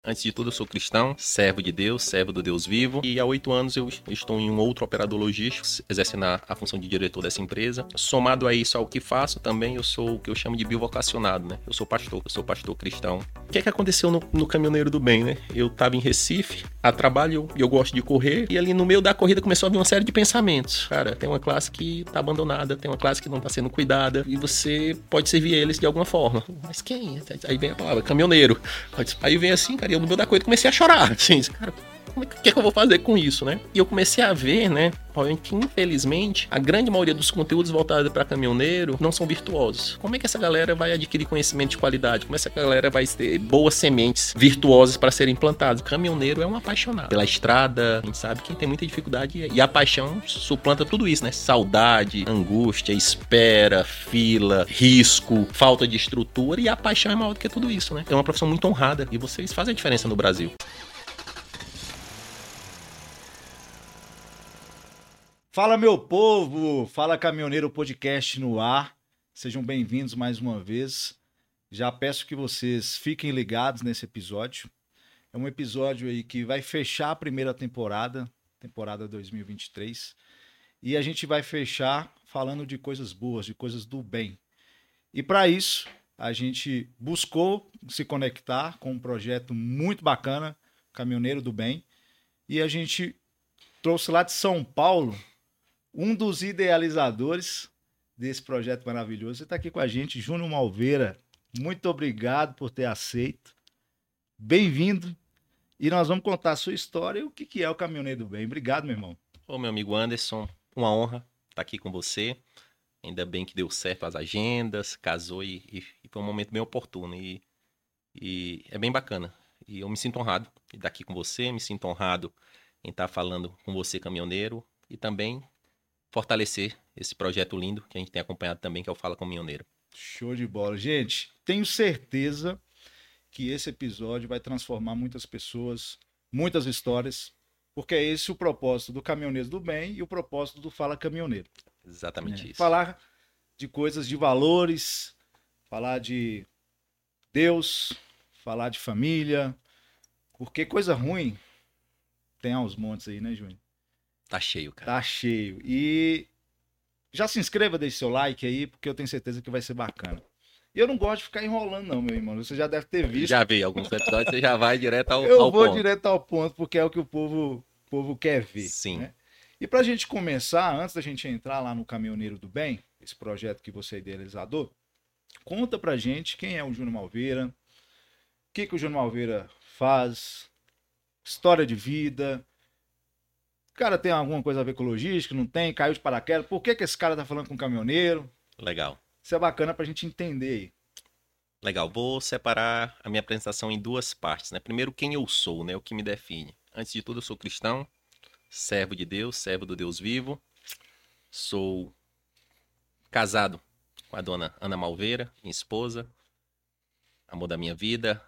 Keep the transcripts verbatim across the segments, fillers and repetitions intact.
Antes de tudo, eu sou cristão, servo de Deus, servo do Deus vivo. E há oito anos eu estou em um outro operador logístico, exercendo a, a função de diretor dessa empresa. Somado a isso, ao que faço, também eu sou o que eu chamo de bivocacionado, né? Eu sou pastor, eu sou pastor cristão. O que é que aconteceu no, no Caminhoneiro do Bem, né? Eu estava em Recife, a trabalho, e eu, eu gosto de correr. E ali no meio da corrida começou a vir uma série de pensamentos. Cara, tem uma classe que tá abandonada, tem uma classe que não tá sendo cuidada. E você pode servir eles de alguma forma. Mas quem? Aí vem a palavra, caminhoneiro. Aí vem assim, cara, eu no meio da coisa comecei a chorar, assim, cara, como é que, que é que eu vou fazer com isso, né? E eu comecei a ver, né, que infelizmente a grande maioria dos conteúdos voltados para caminhoneiro não são virtuosos. Como é que essa galera vai adquirir conhecimento de qualidade? Como essa galera vai ter boas sementes virtuosas para serem plantadas? O caminhoneiro é um apaixonado pela estrada, a gente sabe que tem muita dificuldade e a paixão suplanta tudo isso, né? Saudade, angústia, espera, fila, risco, falta de estrutura, e a paixão é maior do que tudo isso, né? É uma profissão muito honrada e vocês fazem a diferença no Brasil. Fala, meu povo! Fala, Caminhoneiro Podcast no ar. Sejam bem-vindos mais uma vez. Já peço que vocês fiquem ligados nesse episódio. É um episódio aí que vai fechar a primeira temporada, temporada dois mil e vinte e três. E a gente vai fechar falando de coisas boas, de coisas do bem. E para isso, a gente buscou se conectar com um projeto muito bacana, Caminhoneiro do Bem. E a gente trouxe lá de São Paulo um dos idealizadores desse projeto maravilhoso. Você está aqui com a gente, Júnior Malveira. Muito obrigado por ter aceito. Bem-vindo. E nós vamos contar a sua história e o que é o Caminhoneiro do Bem. Obrigado, meu irmão. Ô, meu amigo Anderson, uma honra estar aqui com você. Ainda bem que deu certo as agendas, casou e, e, e foi um momento bem oportuno. E, e é bem bacana. E eu me sinto honrado de estar aqui com você, me sinto honrado em estar falando com você, caminhoneiro, e também fortalecer esse projeto lindo que a gente tem acompanhado também, que é o Fala Caminhoneiro. Show de bola. Gente, tenho certeza que esse episódio vai transformar muitas pessoas, muitas histórias, porque é esse o propósito do Caminhoneiro do Bem e o propósito do Fala Caminhoneiro. Exatamente É, isso. Falar de coisas, de valores, falar de Deus, falar de família, porque coisa ruim tem aos montes aí, né, Júnior? Tá cheio, cara. Tá cheio. E já se inscreva, deixe seu like aí, porque eu tenho certeza que vai ser bacana. E eu não gosto de ficar enrolando não, meu irmão. Você já deve ter visto. Já vi alguns episódios, você já vai direto ao, eu ao vou ponto. direto ao ponto, porque é o que o povo, o povo quer ver. Sim. Né? E pra gente começar, antes da gente entrar lá no Caminhoneiro do Bem, esse projeto que você é idealizador, conta pra gente quem é o Júnior Malveira, o que, que o Júnior Malveira faz, história de vida. O cara tem alguma coisa a ver com logística? Não tem? Caiu de paraquedas? Por que, que esse cara tá falando com um caminhoneiro? Legal. Isso é bacana pra gente entender aí. Legal. Vou separar a minha apresentação em duas partes, né? Primeiro, quem eu sou, né? O que me define. Antes de tudo, eu sou cristão, servo de Deus, servo do Deus vivo. Sou casado com a dona Ana Malveira, minha esposa, amor da minha vida,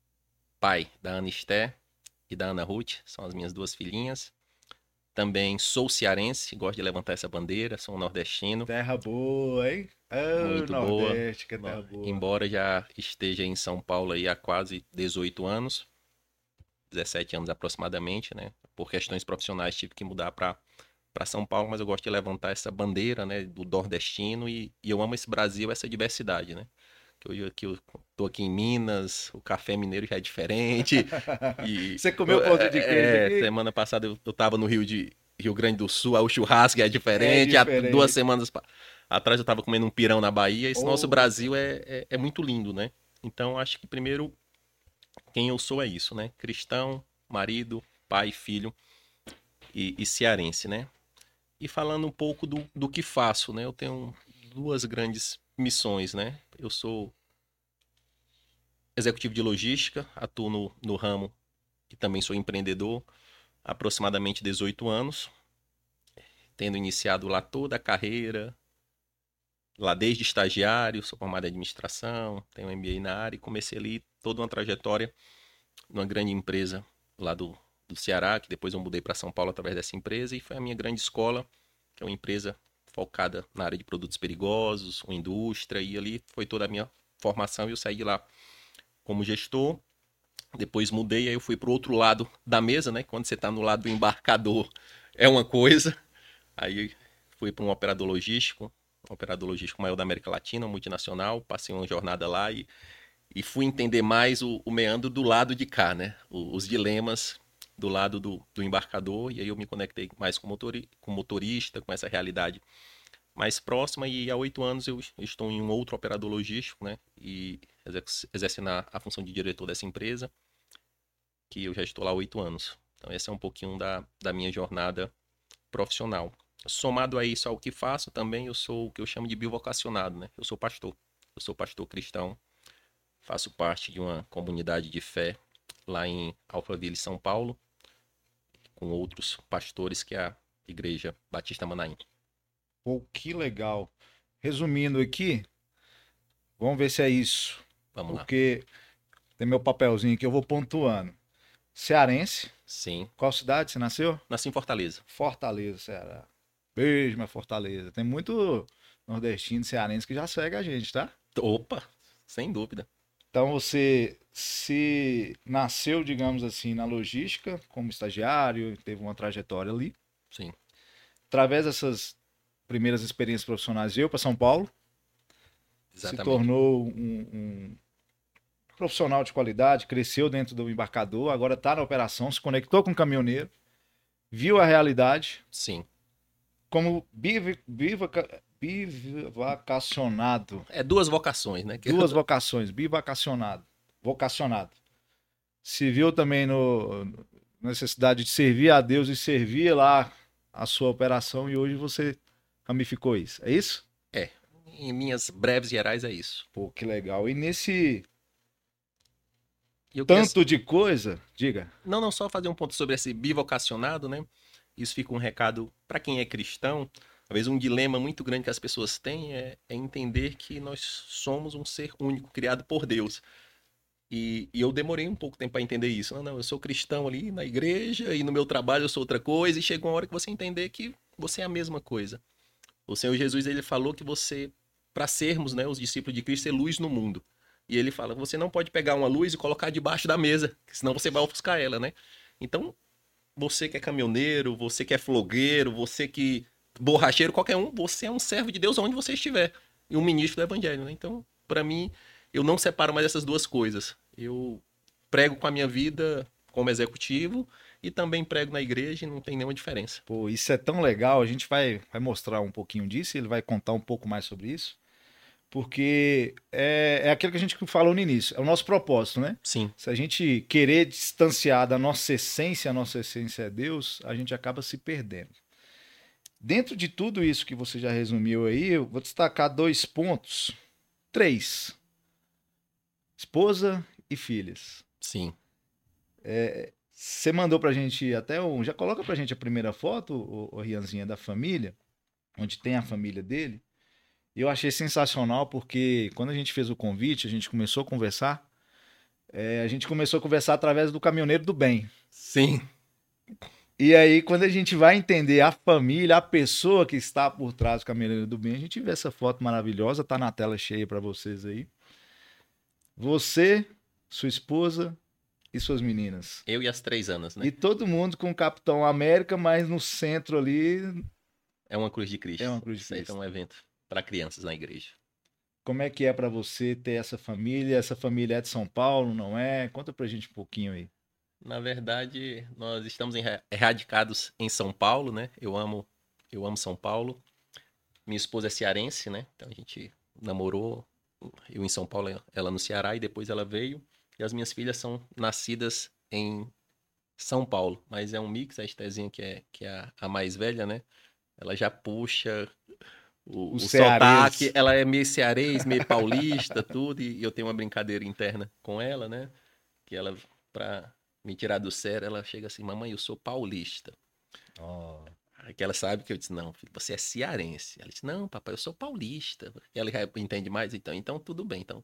pai da Ana Esté e da Ana Ruth, são as minhas duas filhinhas. Também sou cearense, gosto de levantar essa bandeira, sou um nordestino. Terra boa, hein? Oh, Muito Nordeste, boa. que é terra boa. Embora já esteja em São Paulo aí há quase dezoito anos, dezessete anos aproximadamente, né? Por questões profissionais tive que mudar para para São Paulo, mas eu gosto de levantar essa bandeira, né, do nordestino, e, e eu amo esse Brasil, essa diversidade, né? Que hoje aqui eu tô aqui em Minas, o café mineiro já é diferente. E você comeu pão de queijo é, aqui? Semana passada eu, eu tava no Rio de Rio Grande do Sul, aí o churrasco é diferente. É Há diferente. duas semanas atrás eu tava comendo um pirão na Bahia. Esse Oh. nosso Brasil é, é, é muito lindo, né? Então acho que primeiro quem eu sou é isso, né? Cristão, marido, pai, filho e, e cearense, né? E falando um pouco do, do que faço, né? Eu tenho duas grandes missões, né? Eu sou executivo de logística, atuo no, no ramo e também sou empreendedor há aproximadamente dezoito anos, tendo iniciado lá toda a carreira, lá desde estagiário, sou formado em administração, tenho um M B A na área e comecei ali toda uma trajetória numa grande empresa lá do, do Ceará, que depois eu mudei para São Paulo através dessa empresa, e foi a minha grande escola, que é uma empresa focada na área de produtos perigosos, uma indústria, e ali foi toda a minha formação e eu saí de lá como gestor. Depois mudei, aí eu fui pro outro lado da mesa, né? Quando você tá no lado do embarcador é uma coisa. Aí fui para um operador logístico, um operador logístico maior da América Latina, um multinacional. Passei uma jornada lá e, e fui entender mais o, o meandro do lado de cá, né? O- os dilemas do lado do, do embarcador. E aí eu me conectei mais com, motori, com motorista, com essa realidade mais próxima. E há oito anos eu estou em um outro operador logístico, né? E exerce- exercendo a, a função de diretor dessa empresa, que eu já estou lá há oito anos. Então, esse é um pouquinho da, da minha jornada profissional. Somado a isso, ao que faço, também eu sou o que eu chamo de bivocacionado, né? Eu sou pastor. Eu sou pastor cristão, faço parte de uma comunidade de fé lá em Alphaville, São Paulo, com outros pastores que é a Igreja Batista Manaim. Pô, que legal. Resumindo aqui, vamos ver se é isso. Vamos lá. Porque tem meu papelzinho que eu vou pontuando. Cearense. Sim. Qual cidade você nasceu? Nasci em Fortaleza. Fortaleza, Ceará. Beijo, minha Fortaleza. Tem muito nordestino, cearense que já segue a gente, tá? Opa, sem dúvida. Então você se nasceu, digamos assim, na logística, como estagiário, teve uma trajetória ali. Sim, Através dessas primeiras experiências profissionais, veio para São Paulo, se exatamente. tornou um, um profissional de qualidade, cresceu dentro do embarcador, agora está na operação, se conectou com o caminhoneiro, viu a realidade, Sim. como biv, bivaca, bivacacionado, É duas vocações, né? Que- duas vocações, bivacacionado, vocacionado. Se viu também no na necessidade de servir a Deus e servir lá a sua operação e hoje você ramificou isso. É isso? É, em linhas breves e gerais é isso. Pô, que legal. E nesse E eu queria tanto de coisa, diga. não, não só fazer um ponto sobre esse bivocacionado, né? Isso fica um recado para quem é cristão. Talvez um dilema muito grande que as pessoas têm é, é entender que nós somos um ser único, criado por Deus. E, e eu demorei um pouco tempo para entender isso. Não, não, eu sou cristão ali na igreja e no meu trabalho eu sou outra coisa. E chega uma hora que você entender que você é a mesma coisa. O Senhor Jesus, ele falou que você, para sermos, né, os discípulos de Cristo, é luz no mundo. E ele fala, você não pode pegar uma luz e colocar debaixo da mesa, senão você vai ofuscar ela, né? Então, você que é caminhoneiro, você que é flogueiro, você que borracheiro, qualquer um, você é um servo de Deus onde você estiver. E um ministro do evangelho, né? Então, para mim, eu não separo mais essas duas coisas. Eu prego com a minha vida como executivo e também prego na igreja e não tem nenhuma diferença. Pô, isso é tão legal. A gente vai, vai mostrar um pouquinho disso, ele vai contar um pouco mais sobre isso. Porque é, é aquilo que a gente falou no início, é o nosso propósito, né? Sim, Se a gente querer distanciar da nossa essência, a nossa essência é Deus, a gente acaba se perdendo. Dentro de tudo isso que você já resumiu aí, eu vou destacar dois pontos. Três. Esposa e filhas. sim. Você mandou pra gente até um. Já coloca pra gente a primeira foto, o, o Rianzinha, da família, onde tem a família dele. E eu achei sensacional porque quando a gente fez o convite, a gente começou a conversar. É, a gente começou a conversar através do caminhoneiro do bem. Sim, E aí, quando a gente vai entender a família, a pessoa que está por trás do caminhoneiro do bem, a gente vê essa foto maravilhosa, tá na tela cheia para vocês aí. Você, sua esposa e suas meninas. eu e as três Anas, né? E todo mundo com o Capitão América, mas no centro ali É uma cruz de Cristo. é uma cruz de Isso aí Cristo. é um evento para crianças na igreja. Como é que é para você ter essa família? Essa família é de São Paulo, não é? Conta pra gente um pouquinho aí. Na verdade, nós estamos enra- erradicados em São Paulo, né? Eu amo, eu amo São Paulo. Minha esposa é cearense, né? Então a gente namorou, eu em São Paulo, ela no Ceará, e depois ela veio. E as minhas filhas são nascidas em São Paulo, mas é um mix, a Estezinha, que é, que é a, a mais velha, né? Ela já puxa O o, o cearense. sotaque, ela é meio cearês, meio paulista, tudo, e eu tenho uma brincadeira interna com ela, né? Que ela, pra me tirar do sério, ela chega assim, mamãe, eu sou paulista. Oh. Aí que ela sabe que eu disse, não, filho, você é cearense. Ela disse, não, papai, eu sou paulista. E ela já entende mais, então, então tudo bem, então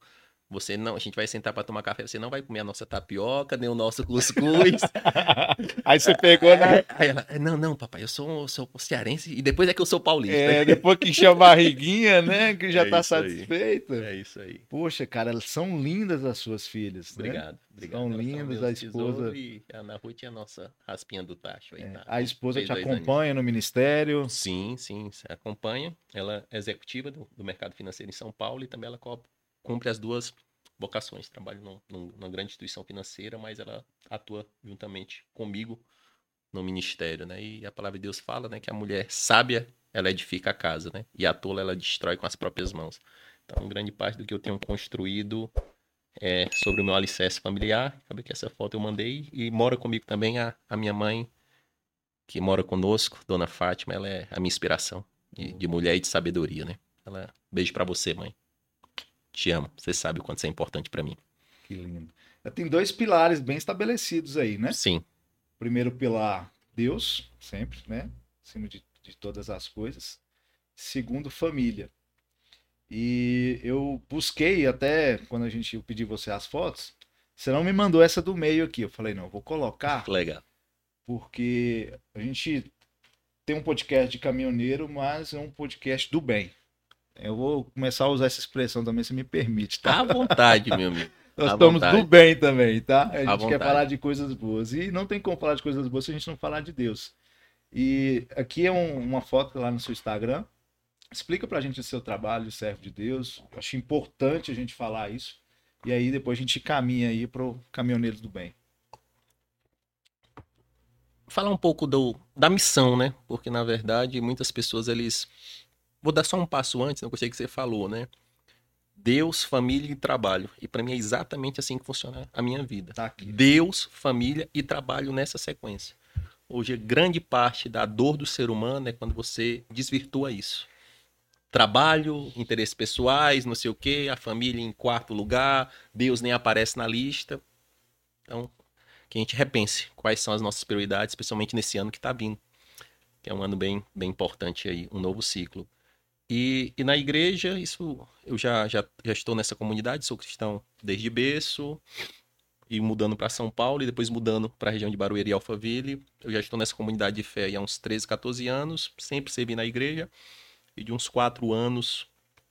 você não, a gente vai sentar para tomar café, você não vai comer a nossa tapioca, nem o nosso cuscuz. Aí você pegou, né? Aí ela, não, não, papai, eu sou, sou cearense e depois é que eu sou paulista. É, depois que enche a barriguinha, né? Que já É tá isso aí. satisfeita. É isso aí. Poxa, cara, elas são lindas as suas filhas, né? Obrigado, obrigado. São Elas lindas, meus a esposa. tesouros E a Ana Ruth é a nossa raspinha do tacho. Aí, É, tá, a esposa fez te dois acompanha no ministério. anos. Sim, sim, se acompanha. Ela é executiva do, do mercado financeiro em São Paulo e também ela co- cumpre as duas vocações. Trabalha num, num- numa grande instituição financeira, mas ela atua juntamente comigo no ministério, né? E a palavra de Deus fala, né, que a mulher sábia, ela edifica a casa, né? E a tola, ela destrói com as próprias mãos. Então, grande parte do que eu tenho construído é sobre o meu alicerce familiar. Acabei que essa foto eu mandei. E mora comigo também a, a minha mãe, que mora conosco, Dona Fátima. Ela é a minha inspiração de, de mulher e de sabedoria, né? Ela, beijo pra você, mãe. Te amo. Você sabe o quanto isso é importante pra mim. Que lindo. Já tem dois pilares bem estabelecidos aí, né? Sim, Primeiro pilar, Deus, sempre, né? Acima de, de todas as coisas. Segundo, família. E eu busquei até, quando a gente eu pedi você as fotos, você não me mandou essa do meio aqui. Eu falei, não, eu vou colocar, legal. porque a gente tem um podcast de caminhoneiro, mas é um podcast do bem. Eu vou começar a usar essa expressão também, se me permite, tá? À vontade, meu amigo. Nós À estamos vontade. do bem também, tá? A À gente quer vontade. falar de coisas boas. E não tem como falar de coisas boas se a gente não falar de Deus. E aqui é um- uma foto lá no seu Instagram. Explica pra gente o seu trabalho, servo de Deus. Eu acho importante a gente falar isso. E aí depois a gente caminha aí pro Caminhoneiros do Bem. Falar um pouco do, da missão, né? Porque, na verdade, muitas pessoas, eles... Vou dar só um passo antes, eu gostei que você falou, né? Deus, família e trabalho. E para mim é exatamente assim que funciona a minha vida. Tá aqui. Deus, família e trabalho nessa sequência. Hoje, grande parte da dor do ser humano é quando você desvirtua isso. Trabalho, interesses pessoais, não sei o quê, a família em quarto lugar, Deus nem aparece na lista. Então, que a gente repense quais são as nossas prioridades, especialmente nesse ano que está vindo, que é um ano bem, bem importante aí, um novo ciclo. E, e na igreja, isso eu já, já, já estou nessa comunidade, sou cristão desde berço, e mudando para São Paulo, e depois mudando para a região de Barueri e Alphaville. Eu já estou nessa comunidade de fé há uns treze, quatorze anos, sempre servi na igreja, e de uns quatro anos,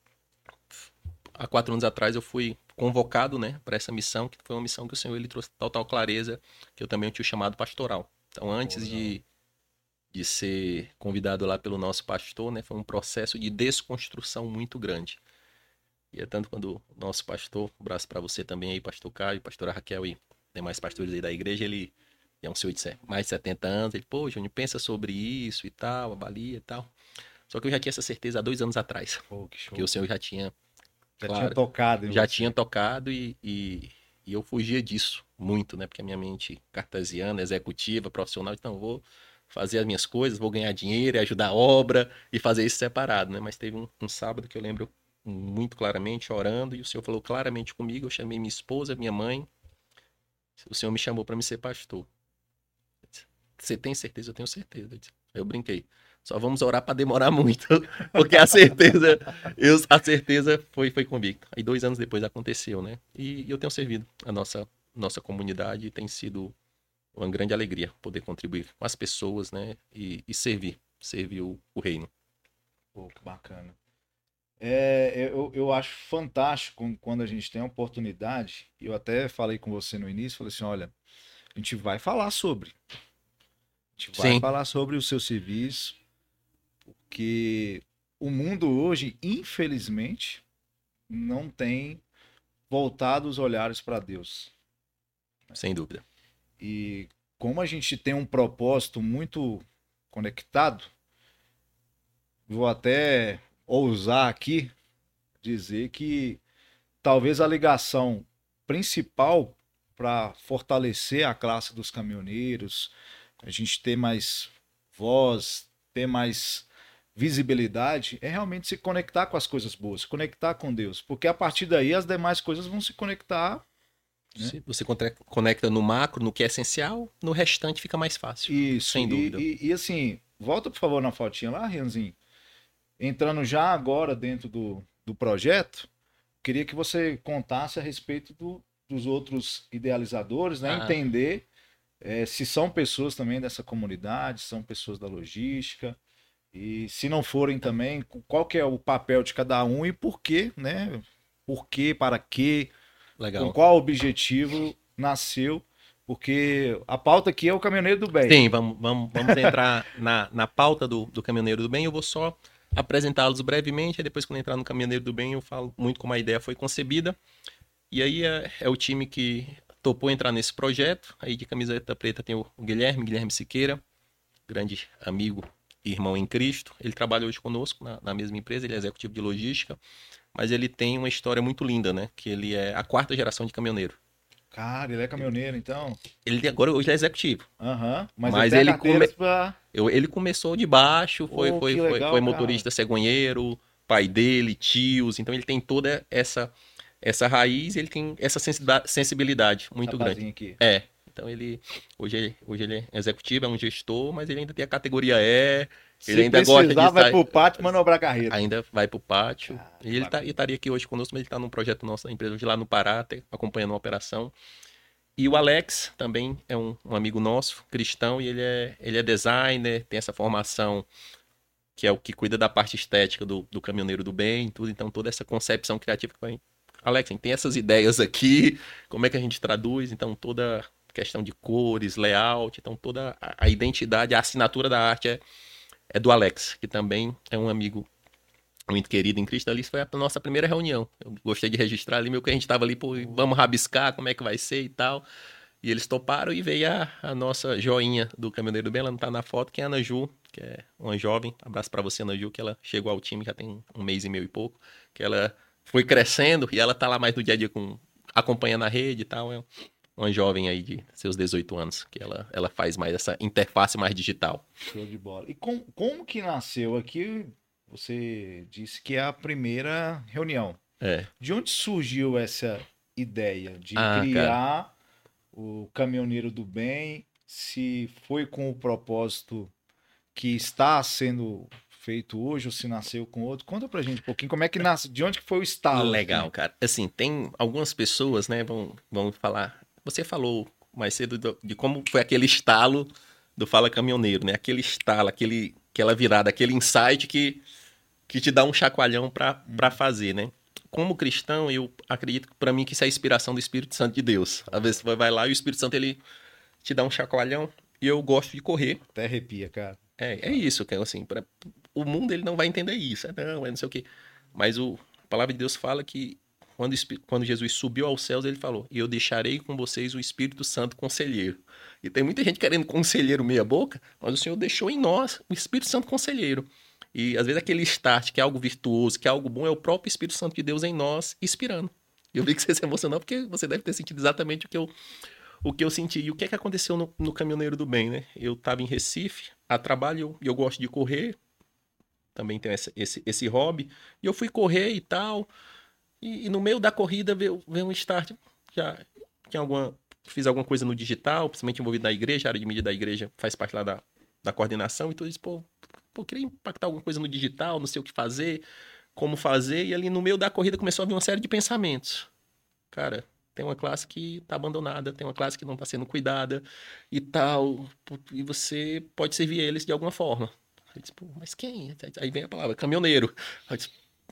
há quatro anos atrás eu fui convocado, né, para essa missão, que foi uma missão que o Senhor ele trouxe total clareza, que eu também tinha o chamado pastoral. Então, antes Legal. de, de ser convidado lá pelo nosso pastor, né, foi um processo de desconstrução muito grande. E é tanto quando o nosso pastor, um abraço para você também aí, pastor Caio, pastora Raquel e demais pastores aí da igreja, ele é um senhor de se- mais de setenta anos, ele, pô, Júnior, pensa sobre isso e tal, avalia e tal. Só que eu já tinha essa certeza há dois anos atrás, Pô, que show. que o Senhor já tinha, Já claro, tinha tocado em já você. tinha tocado e, e, e eu fugia disso muito, né? Porque a minha mente cartesiana, executiva, profissional, então eu vou fazer as minhas coisas, vou ganhar dinheiro e ajudar a obra e fazer isso separado, né? Mas teve um, um sábado que eu lembro muito claramente, orando, e o Senhor falou claramente comigo, eu chamei minha esposa, minha mãe, o Senhor me chamou para me ser pastor. Eu disse, você tem certeza? Eu tenho certeza. Eu disse, eu brinquei. Só vamos orar para demorar muito, porque a certeza, eu, a certeza foi, foi convicta. Aí dois anos depois aconteceu, né? E, e eu tenho servido a nossa, nossa comunidade e tem sido uma grande alegria poder contribuir com as pessoas, né? E, e servir, servir o, o reino. Pô, que bacana. É, eu, eu acho fantástico quando a gente tem a oportunidade, e eu até falei com você no início, falei assim, olha, a gente vai falar sobre. A gente vai Sim. falar sobre o seu serviço, porque o mundo hoje, infelizmente, não tem voltado os olhares para Deus. Sem dúvida. E como a gente tem um propósito muito conectado, vou até ousar aqui dizer que talvez a ligação principal para fortalecer a classe dos caminhoneiros, a gente ter mais voz, ter mais visibilidade, é realmente se conectar com as coisas boas, se conectar com Deus, porque a partir daí as demais coisas vão se conectar. Se você conte- conecta no macro, no que é essencial, no restante fica mais fácil. Isso, Sem e, dúvida. e, e assim, volta por favor na fotinha lá, Rianzinho. Entrando já agora dentro do, do projeto, queria que você contasse a respeito do, dos outros idealizadores, né? Ah. Entender é, se são pessoas também dessa comunidade, são pessoas da logística, e se não forem também, qual que é o papel de cada um e por quê, né? Por quê, para quê, Legal. com qual objetivo nasceu, porque a pauta aqui é o caminhoneiro do bem. Sim, vamos, vamos, vamos entrar na, na pauta do, do Caminhoneiro do Bem. Eu vou só apresentá-los brevemente, e depois quando entrar no Caminhoneiro do Bem eu falo muito como a ideia foi concebida. E aí é, é o time que topou entrar nesse projeto. Aí de camiseta preta tem o Guilherme, Guilherme Siqueira, grande amigo e irmão em Cristo. Ele trabalha hoje conosco na, na mesma empresa, ele é executivo de logística, mas ele tem uma história muito linda, né? Que ele é a quarta geração de caminhoneiro. Cara, ele é caminhoneiro, então? Ele agora hoje é executivo. Aham, uhum. mas, Mas ele, ele, come... pra... eu, ele começou de baixo, foi, oh, foi, legal, foi, foi motorista cegonheiro, pai dele, tios, então ele tem toda essa, essa raiz, ele tem essa sensibilidade muito grande. Aqui. É, então ele hoje, hoje ele é executivo, é um gestor, mas ele ainda tem a categoria E, Se ele ainda precisar, gosta de vai estar... pro pátio manobrar a carreira. Ainda vai pro pátio. Ah, e ele tá, estaria aqui hoje conosco, mas ele está num projeto nosso da empresa de lá no Pará, acompanhando uma operação. E o Alex também é um, um amigo nosso, cristão, e ele é, ele é designer, tem essa formação que é o que cuida da parte estética do, do caminhoneiro do bem, tudo. Então toda essa concepção criativa que vai... Alex, tem essas ideias aqui, como é que a gente traduz? Então toda questão de cores, layout, então toda a, a identidade, a assinatura da arte é, é do Alex, que também é um amigo muito querido em Cristo. Ali foi a nossa primeira reunião. Eu gostei de registrar ali, meio que a gente estava ali, pô, vamos rabiscar, como é que vai ser e tal. E eles toparam e veio a, a nossa joinha do Caminhoneiro do Bem, ela não tá na foto, que é a Ana Ju, que é uma jovem. Abraço para você, Ana Ju, que ela chegou ao time já tem um mês e meio e pouco, que ela foi crescendo e ela tá lá mais no dia a dia com, acompanhando a rede e tal. É uma jovem aí de seus dezoito anos, que ela, ela faz mais essa interface mais digital. Show de bola. E com, como que nasceu aqui? Você disse que é a primeira reunião. É. De onde surgiu essa ideia de ah, criar cara. o Caminhoneiro do Bem? Se foi com o propósito que está sendo feito hoje ou se nasceu com outro? Conta pra gente um pouquinho como é que nasce, de onde que foi o estalo? Legal, assim? cara. Assim, tem algumas pessoas, né, vão, vão falar... Você falou mais cedo do, de como foi aquele estalo do Fala Caminhoneiro, né? Aquele estalo, aquele, aquela virada, aquele insight que, que te dá um chacoalhão para hum. para fazer, né? Como cristão, eu acredito para mim que isso é a inspiração do Espírito Santo de Deus. Às vezes você vai lá e o Espírito Santo ele te dá um chacoalhão. E eu gosto de correr. Até arrepia, cara. É, é isso, que assim, pra, o mundo ele não vai entender isso, é não, é não sei o quê. Mas o, a palavra de Deus fala que quando, quando Jesus subiu aos céus, ele falou: e eu deixarei com vocês o Espírito Santo conselheiro. E tem muita gente querendo conselheiro meia boca, mas o Senhor deixou em nós o Espírito Santo conselheiro. E às vezes aquele start, que é algo virtuoso, que é algo bom, é o próprio Espírito Santo de Deus em nós, inspirando. E eu vi que você se emocionou, porque você deve ter sentido exatamente o que eu, o que eu senti. E o que é que aconteceu no, no Caminhoneiro do Bem, né? Eu estava em Recife, a trabalho, e eu, eu gosto de correr, também tenho esse, esse, esse hobby, e eu fui correr e tal, e, e no meio da corrida veio, veio um start, já tinha alguma, fiz alguma coisa no digital, principalmente envolvido na igreja, a área de mídia da igreja faz parte lá da, da coordenação, e tudo isso, pô, pô, queria impactar alguma coisa no digital, não sei o que fazer, como fazer, e ali no meio da corrida começou a vir uma série de pensamentos. Cara, tem uma classe que tá abandonada, tem uma classe que não tá sendo cuidada e tal, e você pode servir eles de alguma forma. Aí eu disse, pô, mas quem? Aí vem a palavra, caminhoneiro. Aí eu disse,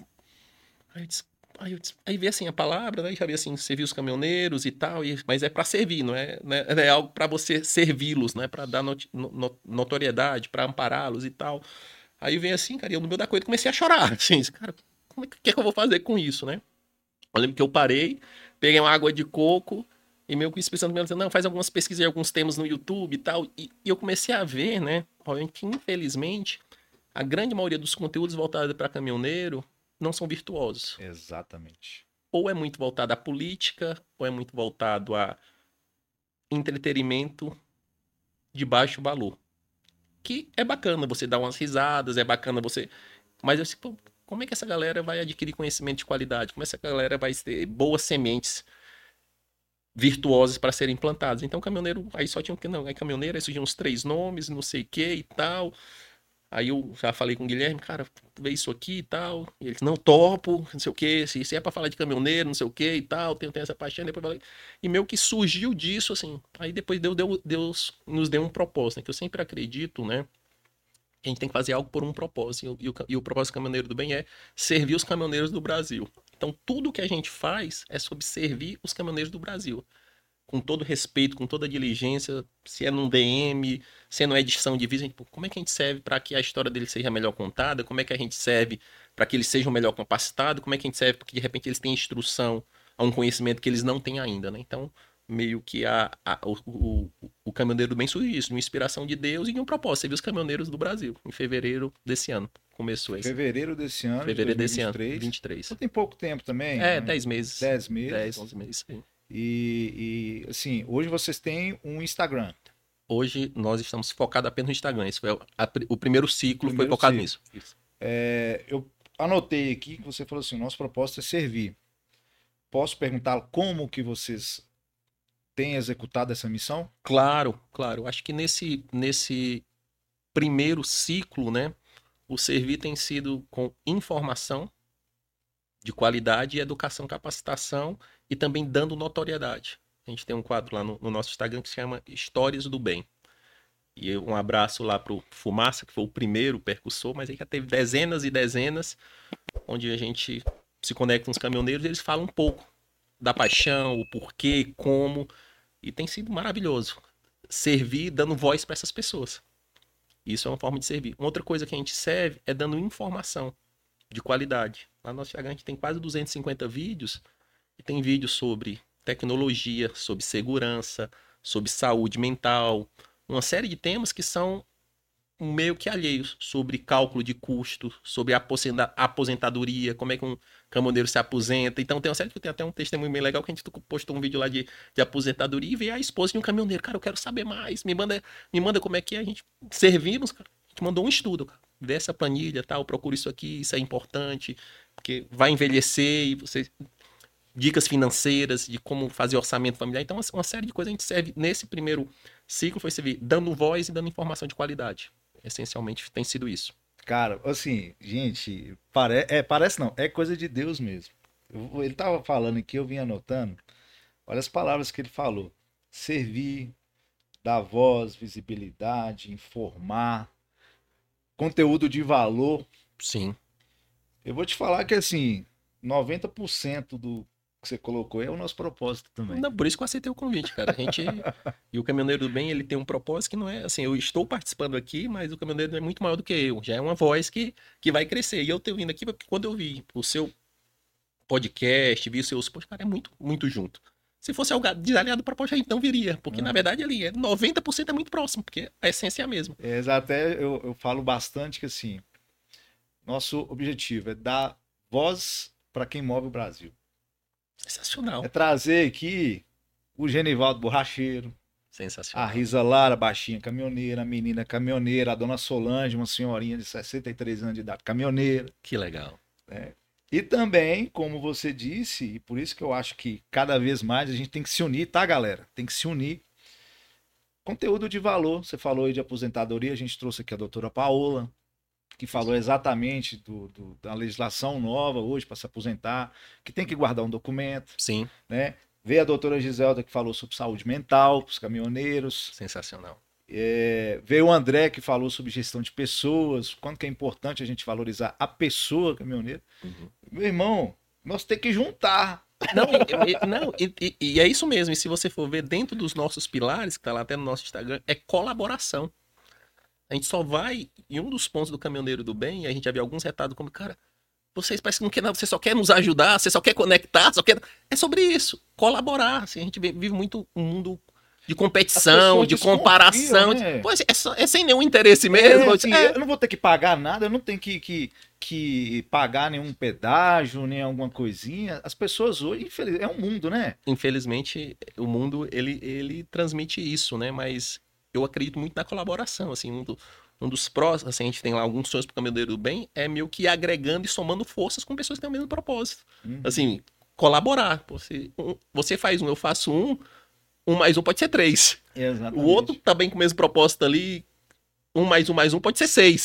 aí eu disse, aí, eu disse, aí vem assim a palavra, né? Já vi assim, servir os caminhoneiros e tal, e, mas é para servir, não é, não é, é algo para você servi-los, não é para dar not, not, notoriedade, para ampará-los e tal. Aí vem assim, cara, e eu no meio da coisa comecei a chorar, assim, cara, como é que, que, é que eu vou fazer com isso, né? Eu lembro que eu parei, peguei uma água de coco e meio que o Espírito Santo me dizendo, não, faz algumas pesquisas de alguns temas no YouTube e tal. E, e eu comecei a ver, né, que infelizmente a grande maioria dos conteúdos voltados para caminhoneiro não são virtuosos. Exatamente. Ou é muito voltado à política, ou é muito voltado a entretenimento de baixo valor. Que é bacana você dar umas risadas, é bacana você... Mas eu sei, pô, como é que essa galera vai adquirir conhecimento de qualidade? Como essa galera vai ter boas sementes virtuosas para serem plantadas? Então, caminhoneiro, aí só tinha um que não, é caminhoneiro, aí surgiam uns três nomes, não sei o que e tal. Aí eu já falei com o Guilherme, cara, vê isso aqui e tal. E ele disse, não, topo, não sei o quê. Se, se é pra falar de caminhoneiro, não sei o quê e tal, tenho, tenho essa paixão. Depois eu falei... E meio que surgiu disso, assim. Aí depois Deus, Deus, Deus nos deu um propósito, né? Que eu sempre acredito, né? Que a gente tem que fazer algo por um propósito. E o, e o propósito do Caminhoneiro do Bem é servir os caminhoneiros do Brasil. Então tudo que a gente faz é sobre servir os caminhoneiros do Brasil. Com todo respeito, com toda diligência, se é num D M, se é numa edição de vídeo, como é que a gente serve para que a história dele seja melhor contada, como é que a gente serve para que eles sejam melhor capacitados, como é que a gente serve para que de repente eles tenham instrução a um conhecimento que eles não têm ainda, né? Então, meio que a, a, o, o, o Caminhoneiro do Bem surgiu isso, uma inspiração de Deus e de um propósito, servir os caminhoneiros do Brasil, em fevereiro desse ano. Começou isso. Fevereiro desse ano, Fevereiro de dois mil e vinte e três. desse ano, vinte e três. Então tem pouco tempo também. É, né? dez meses. dez meses. dez, onze meses, sim. E, e, assim, hoje vocês têm um Instagram. Hoje nós estamos focados apenas no Instagram. Esse foi a, o primeiro ciclo, Primeiro foi focado ciclo. nisso. É, eu anotei aqui que você falou assim, nosso propósito é servir. Posso perguntar como que vocês têm executado essa missão? Claro, claro. Acho que nesse, nesse primeiro ciclo, né, o servir tem sido com informação de qualidade e educação, capacitação e também dando notoriedade. A gente tem um quadro lá no, no nosso Instagram que se chama Histórias do Bem. E um abraço lá pro Fumaça, que foi o primeiro percussor, mas aí já teve dezenas e dezenas, onde a gente se conecta com os caminhoneiros e eles falam um pouco da paixão, o porquê, como, e tem sido maravilhoso. Servir dando voz para essas pessoas. Isso é uma forma de servir. Uma outra coisa que a gente serve é dando informação de qualidade. Lá no nosso Instagram a gente tem quase duzentos e cinquenta vídeos, e tem vídeos sobre tecnologia, sobre segurança, sobre saúde mental, uma série de temas que são meio que alheios, sobre cálculo de custo, sobre aposentadoria, como é que um caminhoneiro se aposenta. Então tem uma série, tem até um testemunho bem legal que a gente postou um vídeo lá de, de aposentadoria e veio a esposa de um caminhoneiro. Cara, eu quero saber mais, me manda, me manda como é que é. A gente servimos, cara. A gente mandou um estudo, cara. Dessa planilha, tal, procura isso aqui, isso é importante, porque vai envelhecer e você... Dicas financeiras de como fazer orçamento familiar. Então, uma série de coisas a gente serve nesse primeiro ciclo, foi servir dando voz e dando informação de qualidade. Essencialmente tem sido isso. Cara, assim, gente, pare... é, parece não, é coisa de Deus mesmo. Eu, ele tava falando aqui, eu vim anotando. Olha as palavras que ele falou. Servir, dar voz, visibilidade, informar, conteúdo de valor. Sim. Eu vou te falar que, assim, noventa por cento do que você colocou é o nosso propósito também. Não, por isso que eu aceitei o convite, cara. A gente... E o Caminhoneiro do Bem, ele tem um propósito que não é assim, eu estou participando aqui, mas o Caminhoneiro é muito maior do que eu. Já é uma voz que, que vai crescer. E eu tenho vindo aqui porque quando eu vi o seu podcast, vi os seus posts, cara, é muito, muito junto. Se fosse algo desalinhado do propósito, então viria. Porque, ah. na verdade, ali é noventa por cento é muito próximo, porque a essência é a mesma. É, até eu, eu falo bastante que, assim, nosso objetivo é dar voz para quem move o Brasil. Sensacional. É trazer aqui o Genivaldo Borracheiro. Sensacional. A Risa Lara, baixinha caminhoneira, a menina caminhoneira, a dona Solange, uma senhorinha de sessenta e três anos de idade, caminhoneira. Que legal. É. E também, como você disse, e por isso que eu acho que cada vez mais a gente tem que se unir, tá, galera? Tem que se unir. Conteúdo de valor. Você falou aí de aposentadoria, a gente trouxe aqui a doutora Paola, que falou exatamente do, do, da legislação nova hoje para se aposentar, que tem que guardar um documento. Sim. Né? Veio a doutora Giselda, que falou sobre saúde mental para os caminhoneiros. Sensacional. É, veio o André, que falou sobre gestão de pessoas, quanto que é importante a gente valorizar a pessoa caminhoneira. Uhum. Meu irmão, nós temos que juntar. Não, e, e, não e, e, e é isso mesmo. E se você for ver dentro dos nossos pilares, que está lá até no nosso Instagram, é colaboração. A gente só vai, em um dos pontos do Caminhoneiro do Bem, a gente já viu alguns retardos como, cara, vocês parecem que não quer nada, você só quer nos ajudar, você só quer conectar, só quer... É sobre isso, colaborar. Assim, a gente vive muito um mundo de competição, de comparação. Né? Pô, é, só, é sem nenhum interesse mesmo. É, assim, é. Eu não vou ter que pagar nada, eu não tenho que, que, que pagar nenhum pedágio, nem alguma coisinha. As pessoas hoje, infeliz... é um mundo, né? Infelizmente, o mundo, ele, ele transmite isso, né? Mas... eu acredito muito na colaboração, assim, um, do, um dos prós, assim, a gente tem lá alguns sonhos pro Caminhoneiro do Bem, é meio que agregando e somando forças com pessoas que têm o mesmo propósito. Uhum. Assim, colaborar. Você, um, você faz um, eu faço um, um mais um pode ser três. Exatamente. O outro também com o mesmo propósito ali, um mais um mais um pode ser seis.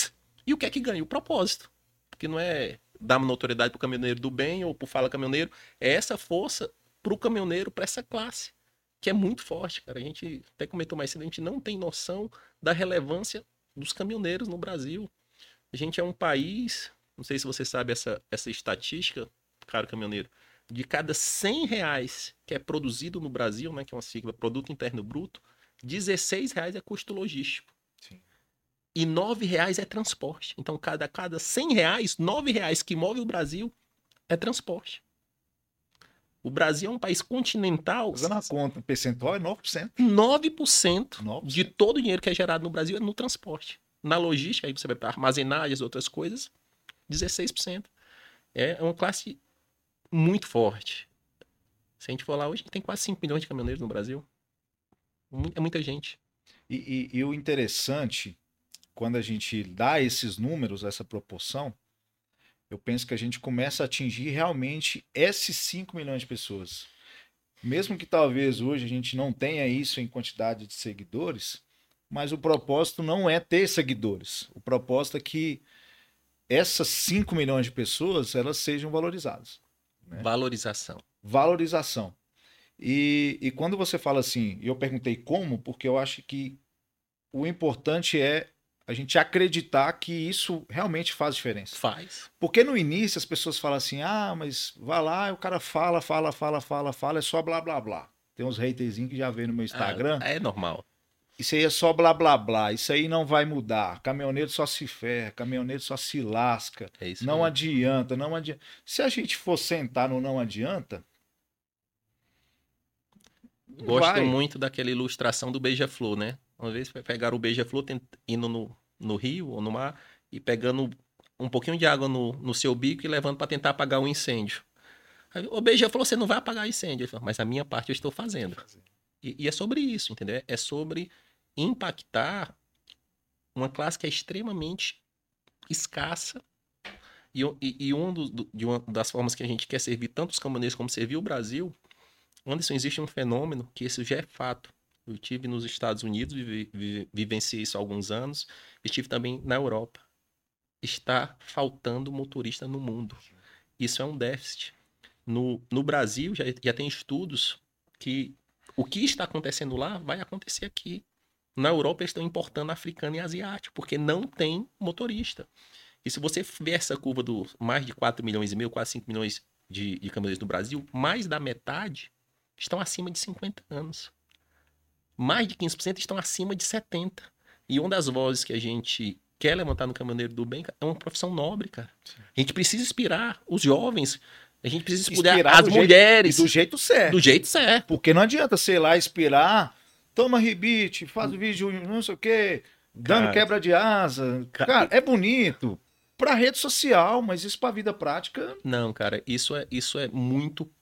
E o que é que ganha? O propósito. Porque não é dar uma notoriedade pro caminhoneiro do bem ou pro Fala Caminhoneiro, é essa força pro caminhoneiro, para essa classe, que é muito forte, cara. A gente até comentou mais cedo, a gente não tem noção da relevância dos caminhoneiros no Brasil. A gente é um país, não sei se você sabe essa, essa estatística, caro caminhoneiro, de cada cem reais que é produzido no Brasil, né, que é uma sigla Produto Interno Bruto, dezesseis reais é custo logístico. Sim. E nove reais é transporte. Então, cada, cada cem reais, nove reais que move o Brasil é transporte. O Brasil é um país continental. Fazendo a conta, o percentual é nove por cento. nove por cento nove por cento de todo o dinheiro que é gerado no Brasil é no transporte. Na logística, aí você vai para armazenagens, outras coisas, dezesseis por cento. É uma classe muito forte. Se a gente for lá, hoje tem quase cinco milhões de caminhoneiros no Brasil. É muita gente. E, e, e o interessante, quando a gente dá esses números, essa proporção, eu penso que a gente começa a atingir realmente esses cinco milhões de pessoas. Mesmo que talvez hoje a gente não tenha isso em quantidade de seguidores, mas o propósito não é ter seguidores. O propósito é que essas cinco milhões de pessoas elas sejam valorizadas. Né? Valorização. Valorização. E, e quando você fala assim, eu perguntei como, porque eu acho que o importante é a gente acreditar que isso realmente faz diferença. Faz. Porque no início as pessoas falam assim, ah, mas vai lá, o cara fala, fala, fala, fala, fala, é só blá, blá, blá. Tem uns haterzinhos que já vem no meu Instagram. Ah, é normal. Isso aí é só blá, blá, blá. Isso aí não vai mudar. Caminhoneiro só se ferra, caminhoneiro só se lasca. É isso não aí. adianta, não adianta. Se a gente for sentar no não adianta... Gosto vai. muito daquela ilustração do beija-flor, né? Uma vez pegaram o beija-flor indo no, no rio ou no mar e pegando um pouquinho de água no, no seu bico e levando para tentar apagar um incêndio. Aí, o beija-flor, você não vai apagar incêndio. Ele falou, mas a minha parte eu estou fazendo. E, e é sobre isso, entendeu? É sobre impactar uma classe que é extremamente escassa. E, e, e um do, do, de uma das formas que a gente quer servir tanto os caminhoneiros como servir o Brasil, Anderson, existe um fenômeno que isso já é fato. Eu estive nos Estados Unidos, vive, vive, vivenciei isso há alguns anos, estive também na Europa. Está faltando motorista no mundo. Isso é um déficit. No, no Brasil, já, já tem estudos que o que está acontecendo lá vai acontecer aqui. Na Europa, eles estão importando africano e asiático, porque não tem motorista. E se você ver essa curva dos mais de quatro milhões e meio, quase cinco milhões de, de caminhoneiros no Brasil, mais da metade estão acima de cinquenta anos. Mais de quinze por cento estão acima de setenta. E uma das vozes que a gente quer levantar no Caminhoneiro do Bem é uma profissão nobre, cara. A gente precisa inspirar os jovens. A gente precisa inspirar, inspirar as mulheres. Jeito, do jeito certo. Do jeito certo. Porque não adianta, sei lá, inspirar, toma rebite, faz o vídeo, não sei o quê, dando cara, quebra de asa. Cara, cara, é bonito pra rede social, mas isso pra vida prática... Não, cara, isso é, isso é muito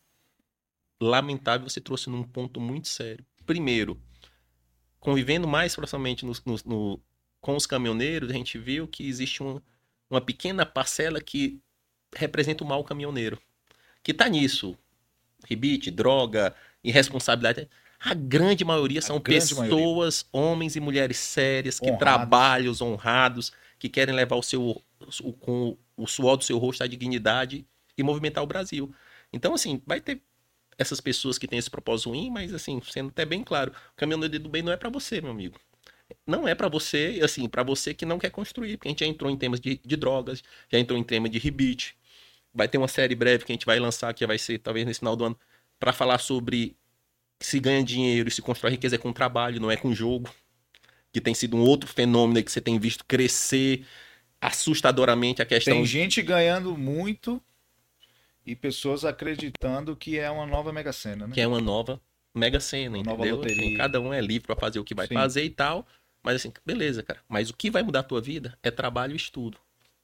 lamentável. Você trouxe num ponto muito sério. Primeiro, convivendo mais proximamente no, no, no, com os caminhoneiros, a gente viu que existe um, uma pequena parcela que representa o mau caminhoneiro. Que tá nisso. Rebite, droga, irresponsabilidade. A grande maioria são grande pessoas, maioria. homens e mulheres sérias, que honrados. trabalham, honrados, que querem levar o seu, o, com o suor do seu rosto, a dignidade e movimentar o Brasil. Então, assim, vai ter essas pessoas que têm esse propósito ruim, mas, assim, sendo até bem claro, o Caminhoneiro do Bem não é para você, meu amigo. Não é para você, assim, para você que não quer construir, porque a gente já entrou em temas de, de drogas, já entrou em tema de rebite. Vai ter uma série breve que a gente vai lançar, que vai ser, talvez, nesse final do ano, para falar sobre se ganha dinheiro e se constrói riqueza é com trabalho, não é com jogo. Que tem sido um outro fenômeno que você tem visto crescer assustadoramente a questão... Tem gente ganhando muito e pessoas acreditando que é uma nova Mega Sena, né? Que é uma nova Mega Sena, uma entendeu? Nova assim, cada um é livre para fazer o que vai Sim. fazer e tal. Mas assim, beleza, cara. Mas o que vai mudar a tua vida é trabalho e estudo.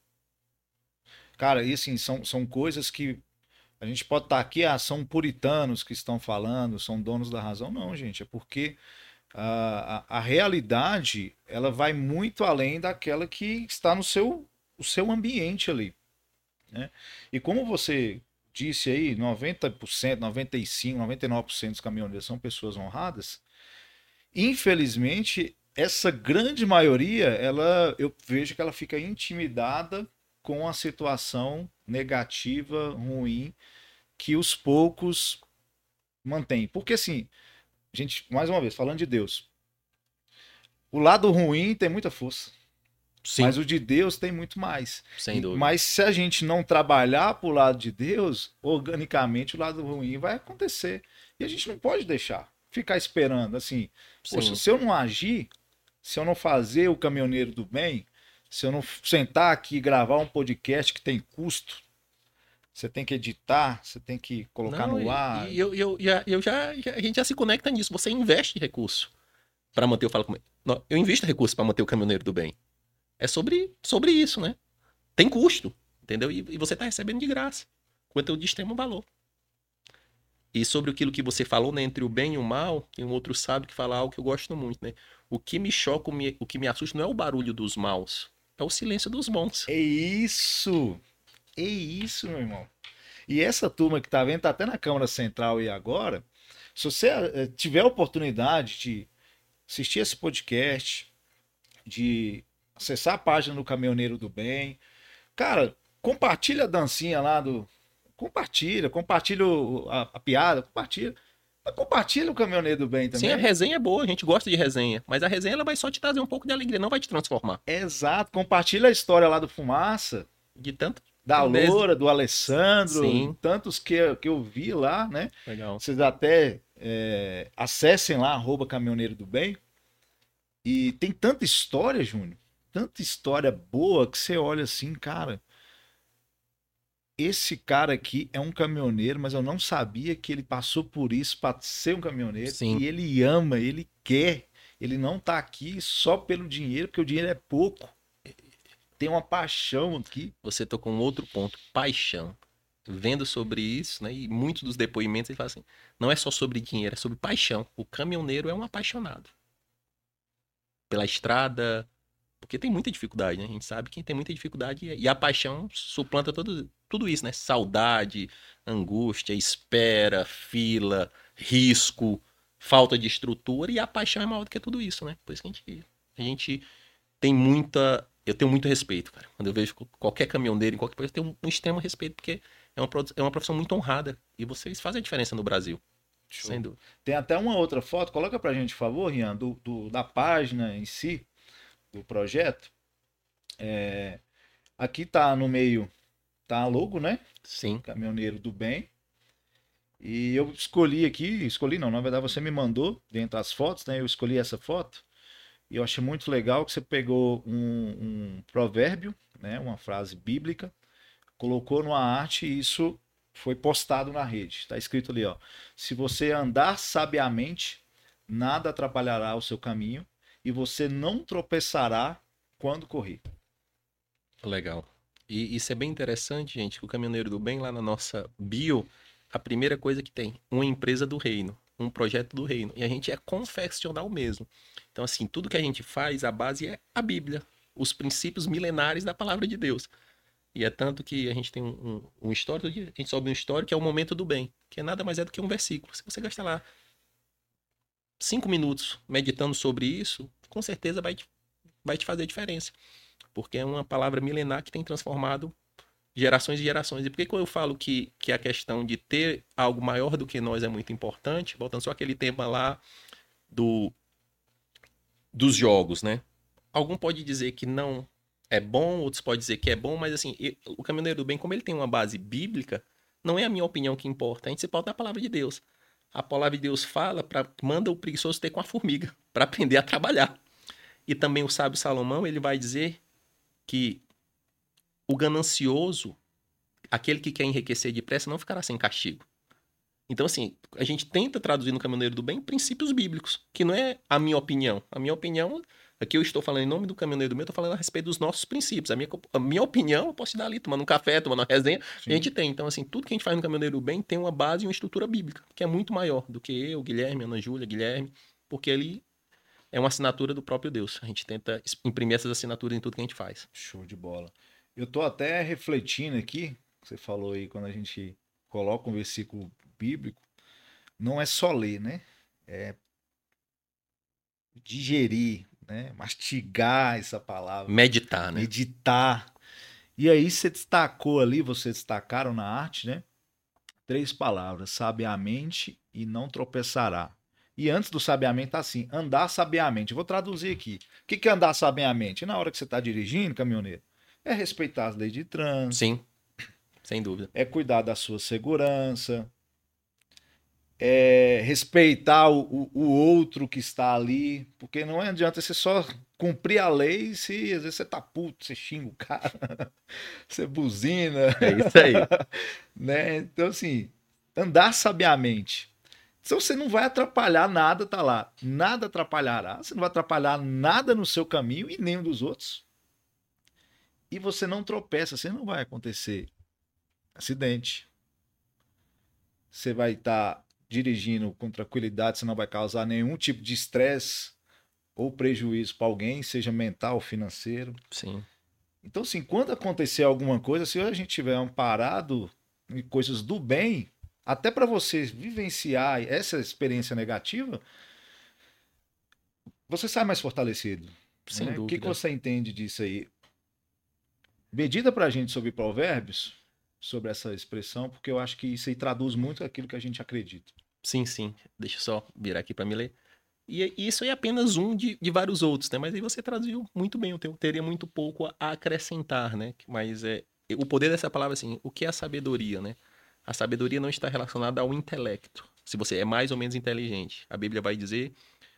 Cara, e assim, são, são coisas que a gente pode estar aqui, ah, são puritanos que estão falando, são donos da razão. Não, gente, é porque a, a, a realidade, ela vai muito além daquela que está no seu, o seu ambiente ali. Né? E como você disse aí, noventa por cento, noventa e cinco por cento, noventa e nove por cento dos caminhoneiros são pessoas honradas, infelizmente, essa grande maioria, ela, eu vejo que ela fica intimidada com a situação negativa, ruim, que os poucos mantêm. Porque assim, gente, mais uma vez, falando de Deus, o lado ruim tem muita força, Sim, mas o de Deus tem muito mais. sem E- dúvida. mas se a gente não trabalhar pro lado de Deus, organicamente o lado ruim vai acontecer. E a gente não pode deixar, ficar esperando assim, poxa, Sim. se eu não agir, se eu não fazer o caminhoneiro do bem, se eu não sentar aqui e gravar um podcast que tem custo, você tem que editar, você tem que colocar Não, no e, ar. e eu, eu, já, eu já, já- a gente já se conecta nisso. Você investe recurso para manter, eu falo como, não, eu invisto recurso para manter o caminhoneiro do bem. É sobre, sobre isso, né? Tem custo, entendeu? E, e você tá recebendo de graça, conteúdo de extremo valor. E sobre aquilo que você falou, né, entre o bem e o mal, tem um outro sábio que fala algo que eu gosto muito, né? O que me choca, o me- o que me assusta não é o barulho dos maus, é o silêncio dos bons. É isso! É isso, meu irmão. E essa turma que tá vendo, tá até na Câmara Central e agora, se você eh, tiver a oportunidade de assistir esse podcast, de acessar a página do Caminhoneiro do Bem, cara, compartilha a dancinha lá do. Compartilha, compartilha o- a, a piada, compartilha. Mas compartilha o Caminhoneiro do Bem Sim, a também. resenha é boa, a gente gosta de resenha, mas a resenha ela vai só te trazer um pouco de alegria, não vai te transformar. Exato, compartilha a história lá do Fumaça, De tanto. da des- Loura, do Alessandro, e Sim, tantos que, que eu vi lá, né? legal. Vocês até é, acessem lá, arroba Caminhoneiro do Bem. E tem tanta história, Júnior, tanta história boa que você olha assim, cara, esse cara aqui é um caminhoneiro, mas eu não sabia que ele passou por isso para ser um caminhoneiro. Sim, E ele ama, ele quer. Ele não tá aqui só pelo dinheiro, porque o dinheiro é pouco. Tem uma paixão aqui. você tocou um outro ponto, paixão. Vendo sobre isso, né? E muitos dos depoimentos ele fala assim: não é só sobre dinheiro, é sobre paixão. O caminhoneiro é um apaixonado pela estrada, porque tem muita dificuldade, né? A gente sabe que tem muita dificuldade e a paixão suplanta tudo, tudo isso, né? Saudade, angústia, espera, fila, risco, falta de estrutura e a paixão é maior do que tudo isso, né? Por isso que a gente, a gente tem muita. Eu tenho muito respeito, cara. Quando eu vejo qualquer caminhoneiro em qualquer país, eu tenho um, um extremo respeito, porque é uma, é uma profissão muito honrada e vocês fazem a diferença no Brasil, sem Show. dúvida. Tem até uma outra foto, coloca pra gente, por favor, Rian, do, do- da página em si, do projeto. Aqui tá no meio, tá a logo, né? Sim, Caminhoneiro do Bem. E eu escolhi aqui, escolhi não, na verdade você me mandou dentro das fotos, né? Eu escolhi essa foto e eu achei muito legal que você pegou um, um provérbio, né? Uma frase bíblica, colocou numa arte e isso foi postado na rede. Está escrito ali, ó: se você andar sabiamente, nada atrapalhará o seu caminho e você não tropeçará quando correr. legal. E isso é bem interessante, gente, que o Caminhoneiro do Bem, lá na nossa bio, a primeira coisa que tem, uma empresa do reino, um projeto do reino. E a gente é confessional mesmo. Então, assim, tudo que a gente faz, a base é a Bíblia, os princípios milenares da palavra de Deus. E é tanto que a gente tem um, um, um histórico, a gente sobe um histórico que é o momento do bem, que é nada mais é do que um versículo. Se você gastar lá cinco minutos meditando sobre isso, com certeza vai te, vai te fazer diferença. Porque é uma palavra milenar que tem transformado gerações e gerações. E por que, que eu falo que, que a questão de ter algo maior do que nós é muito importante? Voltando só aquele tema lá do, dos jogos, né? Algum pode dizer que não é bom, outros podem dizer que é bom, mas assim, o Caminhoneiro do Bem, como ele tem uma base bíblica, não é a minha opinião que importa. A gente se pauta na palavra de Deus. A palavra de Deus fala para manda o preguiçoso ter com a formiga, para aprender a trabalhar. E também o sábio Salomão, ele vai dizer que o ganancioso, aquele que quer enriquecer depressa, não ficará sem castigo. Então, assim, a gente tenta traduzir no Caminhoneiro do Bem princípios bíblicos, que não é a minha opinião. A minha opinião, aqui eu estou falando em nome do Caminhoneiro do Bem, eu estou falando a respeito dos nossos princípios. A minha, a minha opinião eu posso te dar ali, tomando um café, tomando uma resenha, a Sim. gente tem. Então, assim, tudo que a gente faz no Caminhoneiro do Bem tem uma base e uma estrutura bíblica, que é muito maior do que eu, Guilherme, Ana Júlia, Guilherme, porque ele é uma assinatura do próprio Deus. A gente tenta imprimir essas assinaturas em tudo que a gente faz. Show de bola. Eu tô até refletindo aqui, você falou aí quando a gente coloca um versículo bíblico, não é só ler, né? É digerir, né? Mastigar essa palavra. Meditar, né? Meditar. E aí você destacou ali, vocês destacaram na arte, né? Três palavras: sabiamente e não tropeçará. E antes do sabiamente tá assim, andar sabiamente. Eu vou traduzir aqui. O que é andar sabiamente? Na hora que você está dirigindo, caminhoneiro, é respeitar as leis de trânsito, Sim, sem dúvida. é cuidar da sua segurança, é respeitar o, o, o outro que está ali, porque não adianta você só cumprir a lei se às vezes você tá puto, você xinga o cara, você buzina, É isso aí. né? Então, assim, andar sabiamente. Então você não vai atrapalhar nada, tá lá. Nada atrapalhará. Você não vai atrapalhar nada no seu caminho e nem um dos outros. E você não tropeça, você não vai acontecer acidente. Você vai estar dirigindo com tranquilidade, você não vai causar nenhum tipo de estresse ou prejuízo para alguém, seja mental ou financeiro. Sim. Então, assim, quando acontecer alguma coisa, se a gente tiver amparado em coisas do bem, até para você vivenciar essa experiência negativa, você sai mais fortalecido. Sem Né? O que, que dúvida. você entende disso aí? Medita para a gente sobre provérbios, sobre essa expressão, porque eu acho que isso aí traduz muito aquilo que a gente acredita. Sim, sim. Deixa eu só virar aqui para me ler. E isso é apenas um de, de vários outros, né? Mas aí você traduziu muito bem, eu tenho- teria muito pouco a acrescentar, né? Mas é o poder dessa palavra, assim, o que é a sabedoria, né? A sabedoria não está relacionada ao intelecto. Se você é mais ou menos inteligente. A Bíblia vai dizer,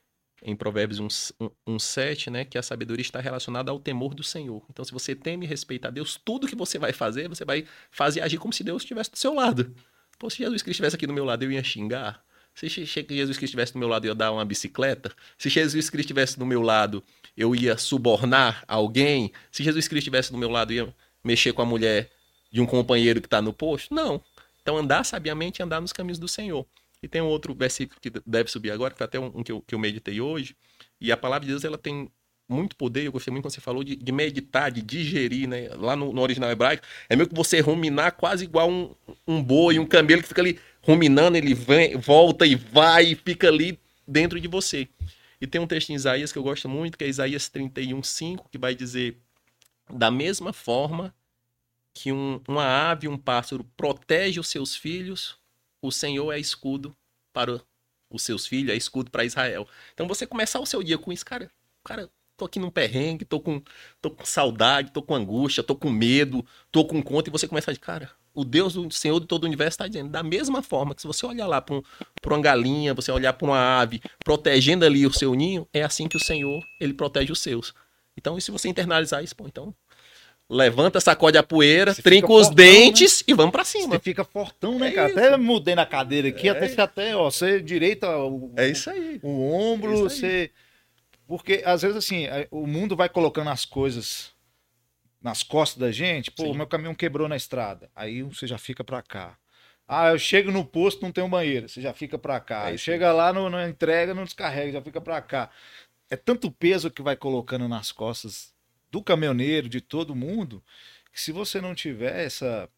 em Provérbios um sete, né? Que a sabedoria está relacionada ao temor do Senhor. Então, se você teme e respeita a Deus, tudo que você vai fazer, você vai fazer agir como se Deus estivesse do seu lado. Pô, se Jesus Cristo estivesse aqui do meu lado, eu ia xingar. Se Jesus Cristo estivesse do meu lado, eu ia dar uma bicicleta. Se Jesus Cristo estivesse do meu lado, eu ia subornar alguém. Se Jesus Cristo estivesse do meu lado, eu ia mexer com a mulher de um companheiro que está no posto. Não. Então, andar sabiamente é andar nos caminhos do Senhor. E tem um outro versículo que deve subir agora, que foi até um, um que, eu, que eu meditei hoje. E a palavra de Deus, ela tem muito poder. Eu gostei muito quando você falou de, de meditar, de digerir, né? Lá no, no original hebraico, é meio que você ruminar quase igual um, um boi, um camelo que fica ali ruminando, ele vem, volta e vai e fica ali dentro de você. E tem um texto em Isaías que eu gosto muito, que é Isaías trinta e um, cinco, que vai dizer: da mesma forma que um, uma ave, um pássaro protege os seus filhos, o Senhor é escudo para os seus filhos, é escudo para Israel. Então você começar o seu dia com isso, cara, cara, tô aqui num perrengue, tô com, tô com saudade, tô com angústia, tô com medo, tô com conta, e você começa a dizer, cara, o Deus do Senhor de todo o universo está dizendo, da mesma forma que se você olhar lá para um, uma galinha, você olhar para uma ave, protegendo ali o seu ninho, é assim que o Senhor, ele protege os seus. Então, e se você internalizar isso, pô, então levanta, sacode a poeira, Você trinca fica os fortão, dentes e vamos pra Você cima. fica fortão, né, É cara? isso. Até mudei na cadeira aqui, É. até você até, ó, você direita o, É isso aí. o ombro, É isso aí. você. Porque às vezes assim, é, o mundo vai colocando as coisas nas costas da gente. Pô, o Sim. meu caminhão quebrou na estrada. Aí você já fica pra cá. Ah, eu chego no posto, não tem um banheiro. Você já fica pra cá. É isso Chega lá, no, na entrega, não descarrega, já fica pra cá. É tanto peso que vai colocando nas costas do caminhoneiro, de todo mundo, que se você não tiver essa,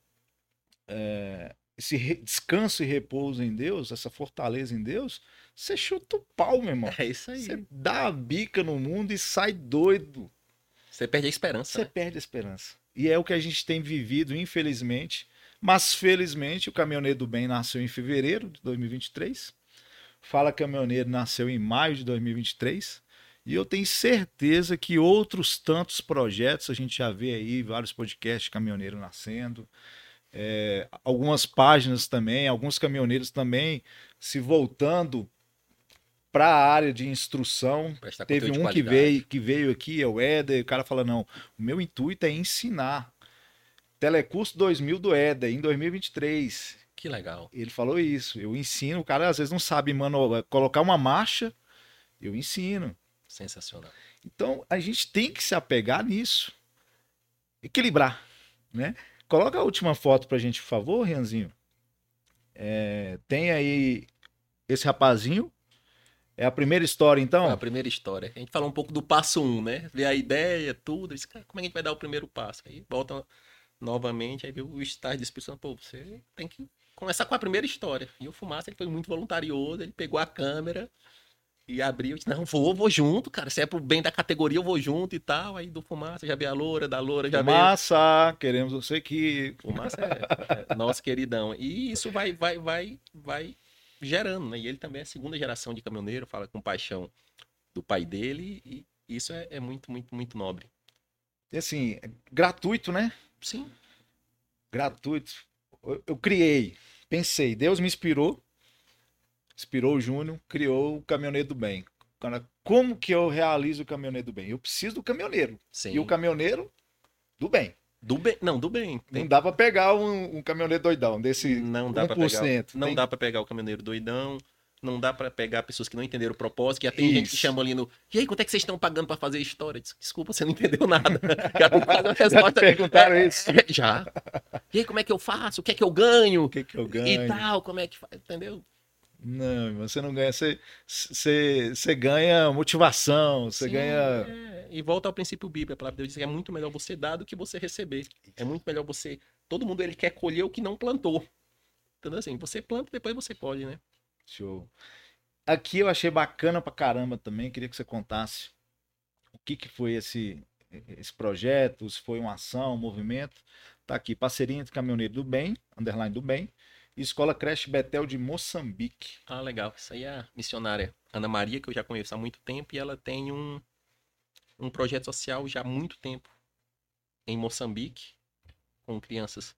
é, esse re- descanso e repouso em Deus, essa fortaleza em Deus, você chuta o pau, meu irmão. É isso aí. Você dá a bica no mundo e sai doido. Você perde a esperança, Você né? perde a esperança. E é o que a gente tem vivido, infelizmente. Mas felizmente o Caminhoneiro do Bem nasceu em fevereiro de dois mil e vinte e três. Fala Caminhoneiro nasceu em maio de dois mil e vinte e três. E eu tenho certeza que outros tantos projetos, a gente já vê aí vários podcasts de caminhoneiro nascendo, é, algumas páginas também, alguns caminhoneiros também se voltando para a área de instrução. Prestar Teve conteúdo de um que qualidade. veio, que veio aqui, é o Éder, e o cara fala, não, o meu intuito é ensinar. Telecurso dois mil do Éder, em dois mil e vinte e três. Que legal. Ele falou isso, eu ensino, o cara às vezes não sabe, mano, colocar uma marcha, eu ensino. Sensacional. Então, a gente tem que se apegar nisso. Equilibrar, né? Coloca a última foto pra gente, por favor, Rianzinho. É, tem aí esse rapazinho. É a primeira história, Foi então? a primeira história. A gente falou um pouco do passo um, né? Ver a ideia, tudo. Disse, cara, como é que a gente vai dar o primeiro passo? Aí volta novamente, aí viu o estágio de expressão. Pô, você tem que começar com a primeira história. E o Fumaça, ele foi muito voluntarioso, ele pegou a câmera E abri, eu disse, não, vou, vou junto, cara. Se é pro bem da categoria, eu vou junto e tal. Aí do Fumaça, já veio a Loura, da Loura já veio... Fumaça, queremos você aqui. Fumaça é, é nosso queridão. E isso vai, vai, vai, vai gerando, né? E ele também é segunda geração de caminhoneiro, fala com paixão do pai dele. E isso é, é muito, muito, muito nobre. E assim, é gratuito, né? Sim. Gratuito. Eu, eu criei, pensei, Deus me inspirou, inspirou o Júnior, criou o Caminhoneiro do Bem. Cara, como que eu realizo o Caminhoneiro do Bem? Eu preciso do caminhoneiro. Sim. E o caminhoneiro do bem. Do bem, não, do bem. Tem... Não dá pra pegar um, um caminhoneiro doidão desse não dá um por pra cento. pegar, não Tem... dá para pegar o caminhoneiro doidão, não dá pra pegar pessoas que não entenderam o propósito, que já tem gente que chama ali no, e aí, quanto é que vocês estão pagando pra fazer história? Desculpa, você não entendeu nada. Já tem quase uma resposta. Já perguntaram é, isso? É, já. E aí, como é que eu faço? O que é que eu ganho? O que que eu ganho? E tal, como é que faz? Entendeu? Não, você não ganha, você, você, você ganha motivação, você Sim, ganha... é. E volta ao princípio bíblico, a palavra de Deus diz que é muito melhor você dar do que você receber. É muito melhor você... Todo mundo ele quer colher o que não plantou. Então assim, você planta, depois você colhe, né? Show. Aqui eu achei bacana pra caramba também, queria que você contasse o que que foi esse, esse projeto, se foi uma ação, um movimento. Tá aqui, parceria entre Caminhoneiro do Bem, underline do Bem, e Escola Creche Betel de Moçambique. Ah, legal. Isso aí é a missionária Ana Maria, que eu já conheço há muito tempo, e ela tem um, um projeto social já há muito tempo em Moçambique, com crianças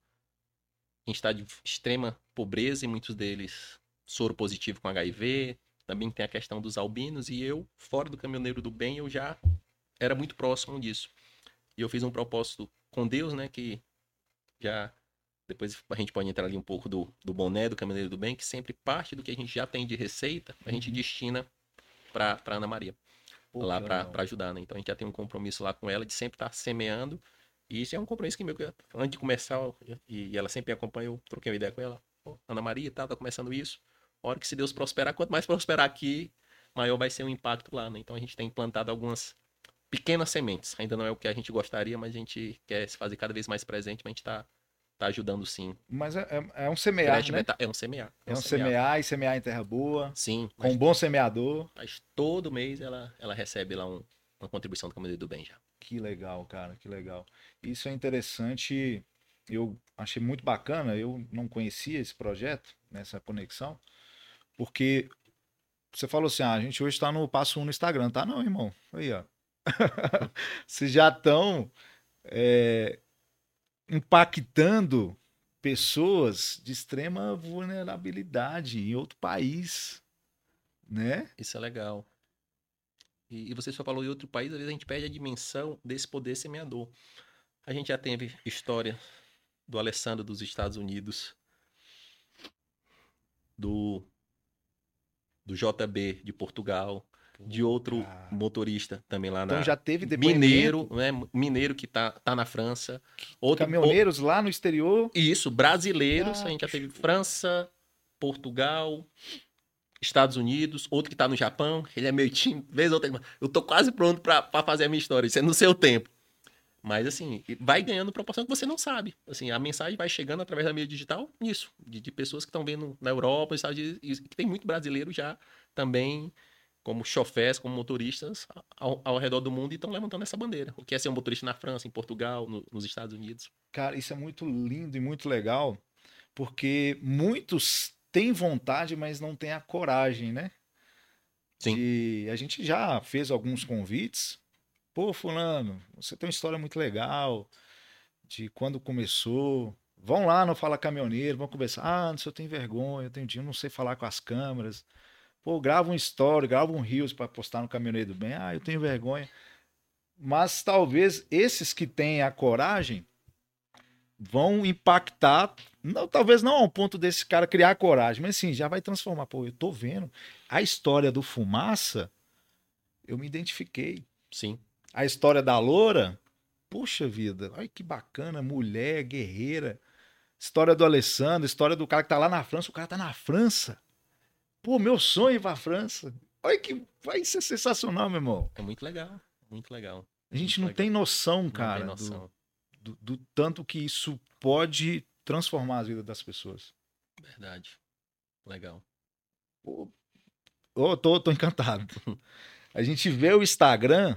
em estado de extrema pobreza, e muitos deles soro positivo com H I V. Também tem a questão dos albinos, e eu, fora do Caminhoneiro do Bem, eu já era muito próximo disso. E eu fiz um propósito com Deus, né, que já... Depois a gente pode entrar ali um pouco do, do boné do Caminhoneiro do Bem, que sempre parte do que a gente já tem de receita, a gente Uhum. destina para Ana Maria, Pô, lá que para legal. ajudar, né? Então a gente já tem um compromisso lá com ela de sempre estar semeando. E isso é um compromisso que meu, que antes de começar, e, e ela sempre me acompanha, eu troquei uma ideia com ela. Pô, Ana Maria e tal, tá começando isso. A hora que se Deus prosperar, quanto mais prosperar aqui, maior vai ser o impacto lá, né? Então a gente tem implantado algumas pequenas sementes. Ainda não é o que a gente gostaria, mas a gente quer se fazer cada vez mais presente, mas a gente tá tá ajudando sim. Mas é, é, é um semear, Creche né? Betel- É um semear. É um semear e semear em terra boa, Sim, com mas, um bom semeador. mas todo mês ela, ela recebe lá um- uma contribuição do Caminhoneiro do Bem já. Que legal, cara, que legal. Isso é interessante, eu achei muito bacana, eu não conhecia esse projeto, nessa conexão, porque você falou assim, ah, a gente hoje está no passo um no Instagram, tá? Não, irmão, aí, ó. Vocês já estão é, impactando pessoas de extrema vulnerabilidade em outro país, né? Isso é legal. E, e você só falou em outro país, às vezes a gente perde a dimensão desse poder semeador. A gente já teve história do Alessandro dos Estados Unidos, do, do J B de Portugal, de outro Cara. motorista também lá Então na... já teve Mineiro, depoimento, né? Mineiro que tá, tá na França. Outro, o- caminhoneiros lá no exterior. isso, brasileiros. Ah, A gente já que teve show. França, Portugal, Estados Unidos, outro que tá no Japão. Ele é meio tímido, vez ou outra. ele fala, eu tô quase pronto pra, pra fazer a minha história. Isso é no seu tempo. Mas, assim, vai ganhando proporção que você não sabe. Assim, a mensagem vai chegando através da mídia digital nisso. De, de pessoas que estão vendo na Europa, nos Estados Unidos, e que tem muito brasileiro já também, como chofés, como motoristas, ao, ao redor do mundo e estão levantando essa bandeira. O que é ser um motorista na França, em Portugal, no- nos Estados Unidos. Cara, isso é muito lindo e muito legal, porque muitos têm vontade, mas não têm a coragem, né? Sim, De a gente já fez alguns convites. Pô, fulano, você tem uma história muito legal de quando começou. Vão lá no Fala Caminhoneiro, vão conversar. Ah, se eu tenho vergonha, eu tenho dia, eu não sei falar com as câmeras. Pô, grava um story, grava um reels para postar no Caminhoneiro do Bem. Ah, eu tenho vergonha. Mas talvez esses que têm a coragem vão impactar, não, talvez não ao ponto desse cara criar coragem, mas sim, já vai transformar. Pô, eu tô vendo a história do Fumaça, eu me identifiquei. sim. A história da Loura, puxa vida, olha que bacana, mulher, guerreira. História do Alessandro, história do cara que tá lá na França, o cara tá na França. Pô, meu sonho é ir pra França. Olha que vai ser sensacional, meu irmão. É muito legal, muito legal. A gente Muito não legal. tem noção, Não cara, tem do, noção. do, do tanto que isso pode transformar a vida das pessoas. Verdade. Legal. Pô, Oh, tô, tô encantado. A gente vê o Instagram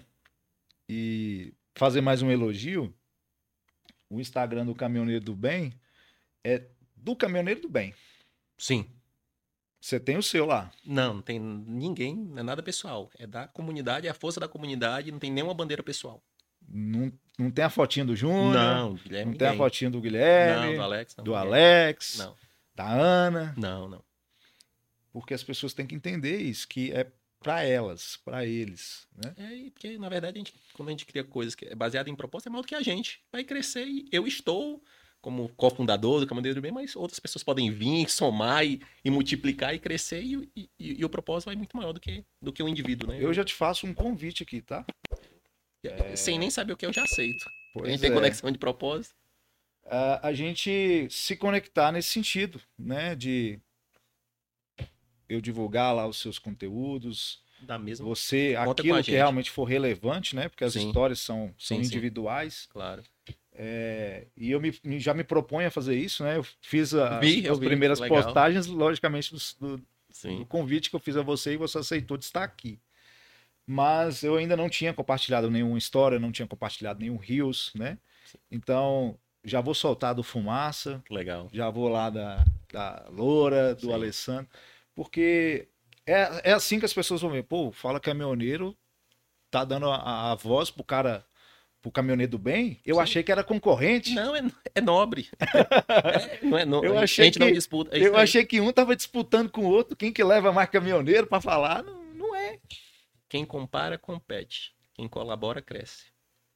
e fazer mais um elogio. O Instagram do Caminhoneiro do Bem é do Caminhoneiro do Bem. Sim. Você tem o seu lá. Não, não tem ninguém, não é nada pessoal. É da comunidade, é a força da comunidade, não tem nenhuma bandeira pessoal. Não, não tem a fotinha do Júnior, Não, Guilherme, não tem a ninguém. fotinha do Não, do Guilherme, Alex, não. do ninguém. Alex, Não, da Ana, não, não. porque as pessoas têm que entender isso, que é para elas, para eles, né? É, e porque, na verdade, a gente, quando a gente cria coisas que é baseada em propósito, é maior do que a gente. Vai crescer e eu estou como cofundador do Caminhoneiro do Bem, mas outras pessoas podem vir, somar e, e multiplicar e crescer e, e, e, e o propósito vai muito maior do que, do que o indivíduo, né? Eu já te faço um convite aqui, tá? Eu, sem nem saber o que eu já aceito. Pois a gente tem é. conexão de propósito. A, a gente se conectar nesse sentido, né? De eu divulgar lá os seus conteúdos, Da mesma. você, Conta com aquilo a que gente. realmente for relevante, né? Porque as Sim. histórias são, são Sim, sim. individuais. Claro. É, e eu me, me- já me proponho a fazer isso, né? Eu fiz a- Vi, eu as vi, primeiras legal. postagens, logicamente, do, do- do Sim. convite que eu fiz a você e você aceitou de estar aqui. Mas eu ainda não tinha compartilhado nenhuma história, não tinha compartilhado nenhum Reels, né? Então, já vou soltar do Fumaça, Legal. já vou lá da, da Loura, do Sim. Alessandro, porque é, é assim que as pessoas vão ver. Pô, fala caminhoneiro, tá dando a, a voz pro cara, pro caminhoneiro do bem. Eu Sim. achei que era concorrente. Não, é, é nobre. É, não é, não, Eu a achei gente não que- disputa. É isso Eu aí. achei que um tava disputando com o outro, quem que leva mais caminhoneiro pra falar. Não, não é. Quem compara, compete. Quem colabora, cresce.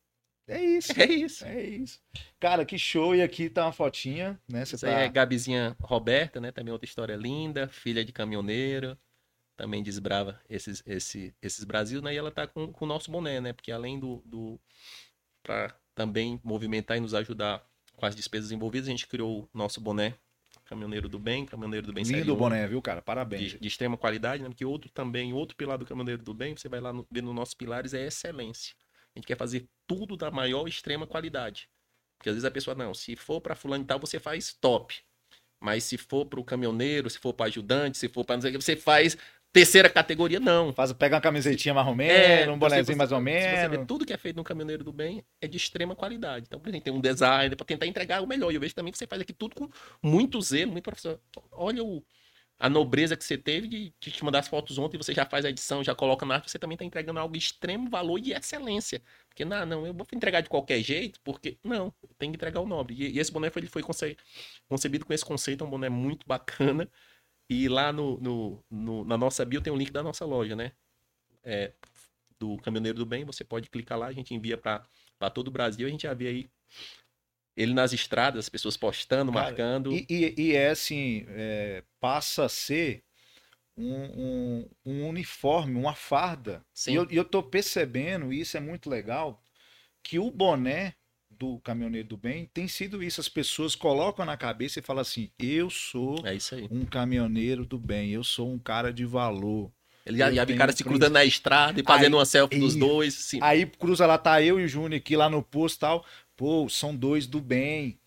É isso. É isso. É isso. Cara, que show. E aqui tá uma fotinha, né? Você Isso aí tá... é Gabizinha Roberta, né? Também outra história linda. Filha de caminhoneiro. Também desbrava esses, esse, esses Brasil, né? E ela tá com, com o nosso boné, né? Porque além do... do para também movimentar e nos ajudar com as despesas envolvidas, a gente criou o nosso boné. Caminhoneiro do Bem, Caminhoneiro do Bem Lindo Série o um, boné, viu, cara? Parabéns. de, de extrema qualidade, né? Porque outro também, outro pilar do Caminhoneiro do Bem, você vai lá no, ver nos nossos pilares, é excelência. A gente quer fazer tudo da maior e extrema qualidade. Porque às vezes a pessoa, não, se for para fulano e tal, você faz top. Mas se for para o caminhoneiro, se for para ajudante, se for para não sei o que, você faz terceira categoria, não. Faz, pega uma camisetinha mais ou menos, É, um então, se bonézinho você- mais ou Se você vê menos. tudo que é feito no Caminhoneiro do Bem, é de extrema qualidade. Então, por exemplo, tem um design para tentar entregar o melhor. E eu vejo também que você faz aqui tudo com muito zelo, muito profissional. Olha o, a nobreza que você teve de, de te mandar as fotos ontem e você já faz a edição, já coloca na arte, você também está entregando algo de extremo valor e excelência. Porque, não, não, eu vou entregar de qualquer jeito, porque, não, tem que entregar o nobre. E, e esse boné foi, ele foi conce, concebido com esse conceito, é um boné muito bacana. E lá no, no, no, na nossa bio tem um link da nossa loja, né? É, do Caminhoneiro do Bem, você pode clicar lá, a gente envia para todo o Brasil, a gente já vê aí ele nas estradas, as pessoas postando, Cara, marcando. E, e, e é assim, é, passa a ser um, um, um uniforme, uma farda. Sim. E eu, e eu tô percebendo, e isso é muito legal, que o boné do Caminhoneiro do Bem tem sido isso. As pessoas colocam na cabeça e falam assim: eu sou É isso aí. um caminhoneiro do bem, eu sou um cara de valor. Ele já, Eu já vi tenho cara se cruzando princípio. na estrada e fazendo Aí- uma selfie dos Isso. dois. Assim. Aí cruza lá, tá eu e o Júnior aqui lá no posto e tal. Pô, são dois do bem.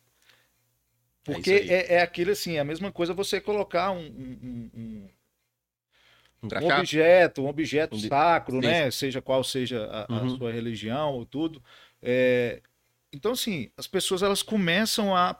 Porque É isso aí. é, é aquilo assim, é a mesma coisa você colocar um, um- um- Um um crachá? objeto, um objeto Um de- sacro, Sim, né? Seja qual seja a, a Uhum. sua religião ou tudo. É, então, assim, as pessoas elas começam a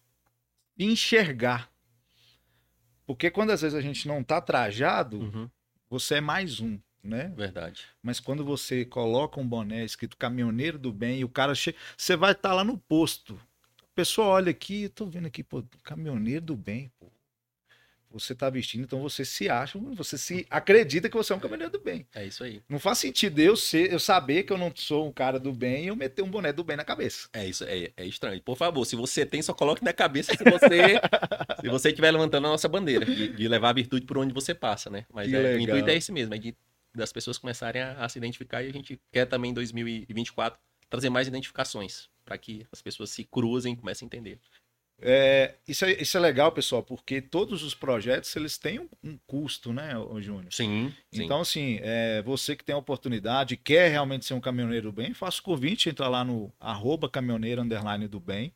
enxergar. Porque quando às vezes a gente não tá trajado, Uhum. você é mais um, né? Verdade. Mas quando você coloca um boné escrito Caminhoneiro do Bem e o cara chega, você vai estar lá no posto. A pessoa olha aqui, eu tô vendo aqui, pô, Caminhoneiro do Bem, pô. Você tá vestindo, então você se acha, você se acredita que você é um caminhoneiro do bem. É isso aí. Não faz sentido eu ser, eu saber que eu não sou um cara do bem e eu meter um boné do bem na cabeça. É isso, é, é estranho. Por favor, se você tem, só coloque na cabeça se você se você estiver levantando a nossa bandeira, de, de levar a virtude por onde você passa, né? Mas Que é, o legal. intuito é esse mesmo, é de, das pessoas começarem a, a se identificar e a gente quer também em dois mil e vinte e quatro trazer mais identificações para que as pessoas se cruzem e comecem a entender. É, isso, é, isso é legal, pessoal, porque todos os projetos eles têm um, um custo, né, ô Júnior? Sim, sim. Então, assim, é, você que tem a oportunidade, quer realmente ser um caminhoneiro do bem, faça o convite, entra lá no arroba caminhoneiro underline do bem,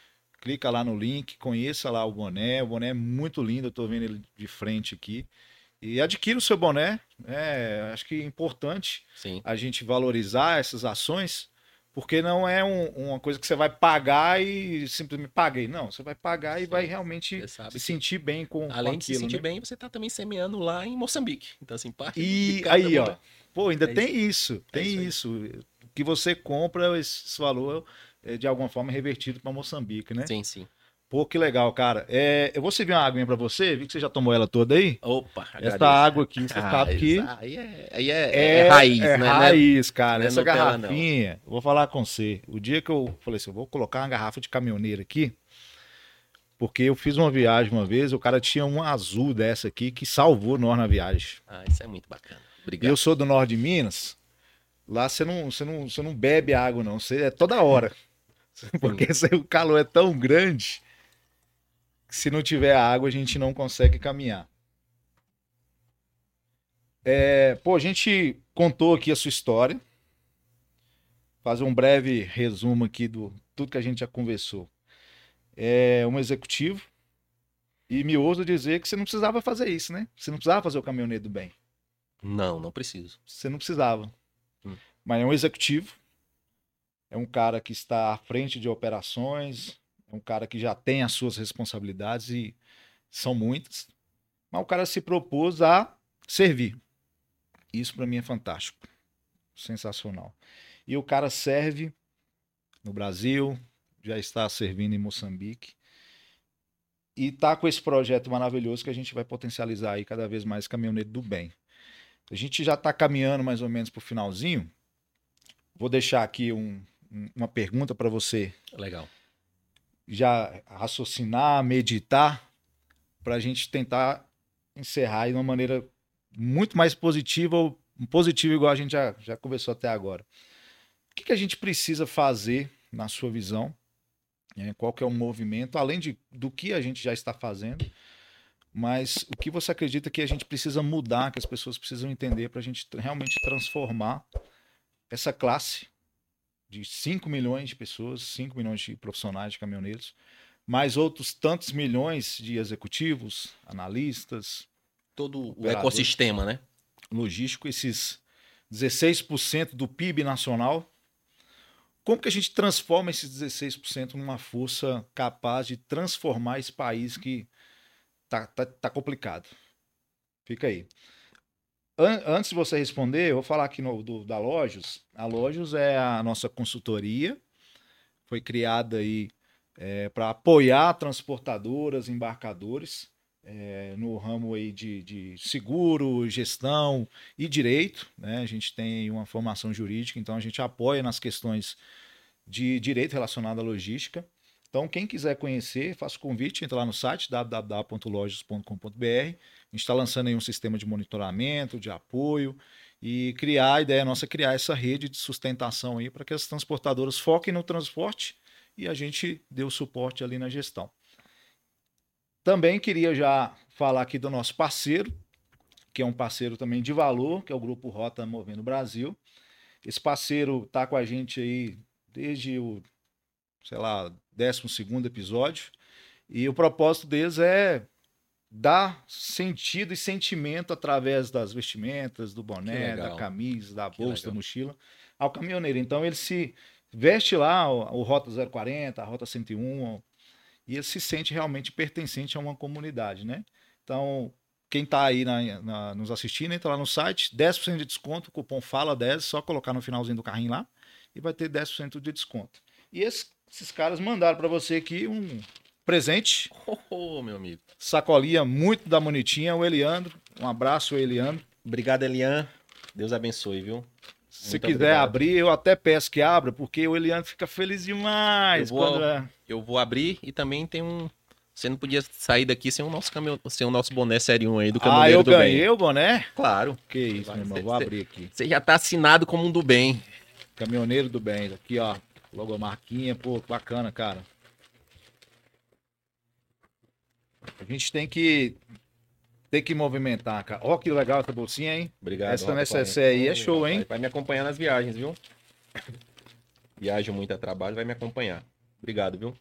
clica lá no link, conheça lá o boné, o boné é muito lindo, eu tô vendo ele de frente aqui. E adquira o seu boné. É, acho que é importante Sim. a gente valorizar essas ações, porque não é um- uma coisa que você vai pagar e simplesmente paguei. Não, você vai pagar e vai Sim. realmente Você se sabe que, sentir bem com, com além de se aquilo, sentir né? bem, você tá também semeando lá em Moçambique. Então, assim, parte do- de E cada aí, ó, momento. pô, ainda É tem isso, isso, é isso tem aí. isso. O que você compra, esse valor é de alguma forma revertido para Moçambique, né? Sim, sim. Pô, que legal, cara. É, eu vou servir uma aguinha para você, vi que você já tomou ela toda aí. Opa, Essa agradeço. água aqui, você Ah, sabe que exa- aí é, aí é, é é, raiz, é né? Não é, raiz, cara. não é Essa Nutella, não. garrafinha, eu vou falar com você. O dia que eu falei assim, eu vou colocar uma garrafa de caminhoneiro aqui, porque eu fiz uma viagem uma vez, o cara tinha uma azul dessa aqui que salvou nós na viagem. Ah, isso é muito bacana. E eu Obrigado. sou do norte de Minas, lá você não, você não, você não bebe água, não. Você é toda hora. Sim. Porque o calor é tão grande que se não tiver água a gente não consegue caminhar. É, pô, a gente contou aqui a sua história, fazer um breve resumo aqui do tudo que a gente já conversou. É um executivo e me ouso dizer que você não precisava fazer isso, né? Você não precisava fazer o caminhoneiro do bem. Não, não preciso. Você não precisava. Hum. Mas é um executivo, é um cara que está à frente de operações, é um cara que já tem as suas responsabilidades e são muitas. Mas o cara se propôs a servir. Isso para mim é fantástico, sensacional. E o cara serve no Brasil, já está servindo em Moçambique e está com esse projeto maravilhoso que a gente vai potencializar aí cada vez mais caminhoneiro do bem. A gente já está caminhando mais ou menos para o finalzinho. Vou deixar aqui um, um, uma pergunta para você Legal. já raciocinar, meditar, para a gente tentar encerrar de uma maneira muito mais positiva ou positiva, igual a gente já, já conversou até agora. O que, que a gente precisa fazer, na sua visão? Né? Qual que é o movimento, além de, do que a gente já está fazendo, mas o que você acredita que a gente precisa mudar, que as pessoas precisam entender para a gente realmente transformar essa classe de cinco milhões de pessoas, cinco milhões de profissionais de caminhoneiros, mais outros tantos milhões de executivos, analistas, Todo o operadores, ecossistema, né? logístico, esses dezesseis por cento do P I B nacional. Como que a gente transforma esses dezesseis por cento numa força capaz de transformar esse país que tá, tá, tá complicado? Fica aí. An antes de você responder, eu vou falar aqui no, do, da Lojos. A Lojos é a nossa consultoria, foi criada aí é, para apoiar transportadoras, embarcadores é, no ramo aí de, de seguro, gestão e direito. Né? A gente tem uma formação jurídica, então a gente apoia nas questões de direito relacionado à logística. Então, quem quiser conhecer, faço o convite, entra lá no site w w w ponto lojos ponto com ponto b r. A gente está lançando aí um sistema de monitoramento, de apoio e criar, a ideia nossa é criar essa rede de sustentação aí para que as transportadoras foquem no transporte e a gente dê o suporte ali na gestão. Também queria já falar aqui do nosso parceiro, que é um parceiro também de valor, que é o Grupo Rota Movendo Brasil. Esse parceiro está com a gente aí desde o, sei lá, décimo segundo episódio. E o propósito deles é dar sentido e sentimento através das vestimentas, do boné, da camisa, da bolsa, da mochila, ao caminhoneiro. Então ele se veste lá, o, o Rota zero quarenta, a Rota cento e um, e ele se sente realmente pertencente a uma comunidade, né? Então, quem está aí na, na, nos assistindo, entra lá no site, dez por cento de desconto, o cupom fala dez, só colocar no finalzinho do carrinho lá e vai ter dez por cento de desconto. E esses, esses caras mandaram para você aqui um presente. Oh, oh, meu amigo. Sacolinha muito da bonitinha, o Eliandro. Um abraço, Eliandro. Obrigado, Elian. Deus abençoe, viu? Se Muito quiser obrigado. abrir, eu até peço que abra, porque o Eliandro fica feliz demais. Eu vou, quando é... eu vou abrir e também tem um... Você não podia sair daqui sem o nosso, caminhão, sem o nosso boné sério um aí do caminhoneiro do bem. Ah, eu ganhei o boné? Claro. Que isso, Vai, meu irmão. cê, Vou cê, abrir aqui. Você já tá assinado como um do bem. Caminhoneiro do bem. Aqui, ó. Logomarquinha. Pô, bacana, cara. A gente tem que... Tem que movimentar, cara. Ó, que legal essa bolsinha, hein? Obrigado. Essa necessaire aí é show, hein? Vai me acompanhar nas viagens, viu? Viajo muito a trabalho, vai me acompanhar. Obrigado, viu?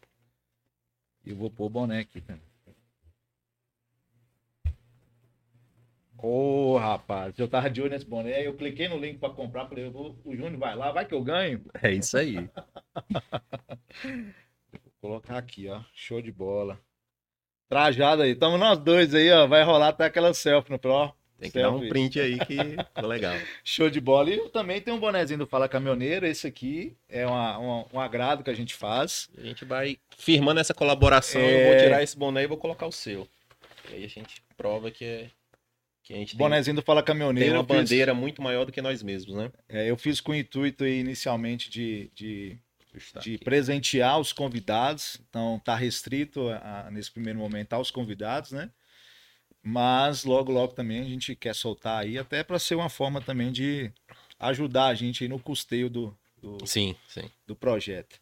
Eu vou pôr o boné aqui, cara. Ô, rapaz, eu tava de olho nesse boné, eu cliquei no link pra comprar, falei, eu vou, o Júnior vai lá, vai que eu ganho. É isso aí. Vou colocar aqui, ó, show de bola. Trajado aí, tamo nós dois aí, ó, vai rolar até aquela selfie no Pro. Tem que dar um Selfie. print aí que ficou legal. Show de bola. E eu também tenho um bonezinho do Fala Caminhoneiro, esse aqui é uma, uma- um agrado que a gente faz. A gente vai firmando essa colaboração, eu vou É. tirar esse boné e vou colocar o seu. E aí a gente prova que, é, que a gente tem, Bonezinho do Fala tem Caminhoneiro. uma eu fiz- bandeira muito maior do que nós mesmos, né? é, eu fiz com o intuito aí, inicialmente de, de Está de aqui. presentear os convidados, então tá restrito a- a- nesse primeiro momento aos convidados, né? Mas logo, logo também a gente quer soltar aí, até para ser uma forma também de ajudar a gente aí no custeio do, do, Sim, sim. do projeto.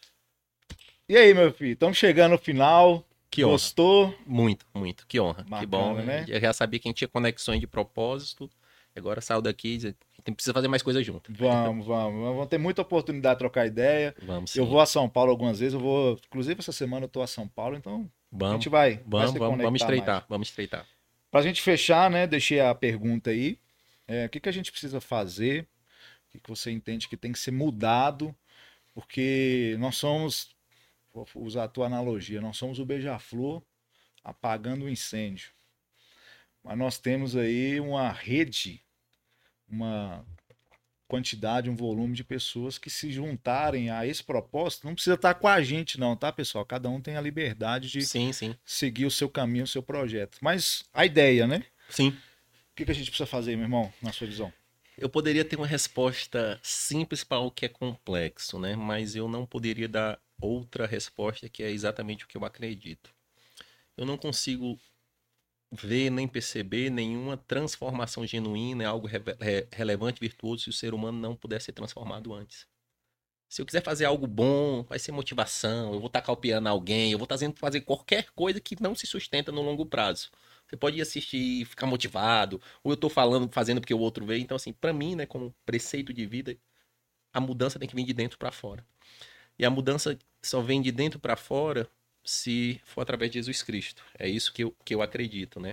E aí, meu filho, estamos chegando no final. Que honra. Gostou? Muito, muito. Que honra. Bacana, que bom. né? Eu já sabia que a gente tinha conexões de propósito. Agora saiu daqui e diz, a gente precisa fazer mais coisa junto. Vamos, vamos. Vamos ter muita oportunidade de trocar ideia. Vamos sim. Eu vou a São Paulo algumas vezes, eu vou. Inclusive, essa semana eu tô a São Paulo, então a Vamos, gente vai, vai vamos, se vamos, conectar vamos estreitar. mais. Vamos estreitar. Pra gente fechar, né? Deixei a pergunta aí. É, o que, que a gente precisa fazer? O que, que você entende que tem que ser mudado? Porque nós somos, vou usar a tua analogia, nós somos o beija-flor apagando o incêndio. Mas nós temos aí uma rede, uma quantidade, um volume de pessoas que se juntarem a esse propósito, não precisa estar com a gente não, tá, pessoal? Cada um tem a liberdade de Sim, sim. seguir o seu caminho, o seu projeto. Mas a ideia, né? Sim. O que, que a gente precisa fazer, meu irmão, na sua visão? Eu poderia ter uma resposta simples para o que é complexo, né? Mas eu não poderia dar outra resposta que é exatamente o que eu acredito. Eu não consigo ver nem perceber nenhuma transformação genuína, algo re re relevante, virtuoso, se o ser humano não puder ser transformado antes. Se eu quiser fazer algo bom, vai ser motivação, eu vou tacar o piano a alguém, eu vou estar fazer qualquer coisa que não se sustenta no longo prazo. Você pode ir assistir e ficar motivado, ou eu tô falando, fazendo porque o outro veio. Então, assim, para mim, né, como preceito de vida, a mudança tem que vir de dentro para fora. E a mudança só vem de dentro para fora se for através de Jesus Cristo. É isso que eu, que eu acredito, né?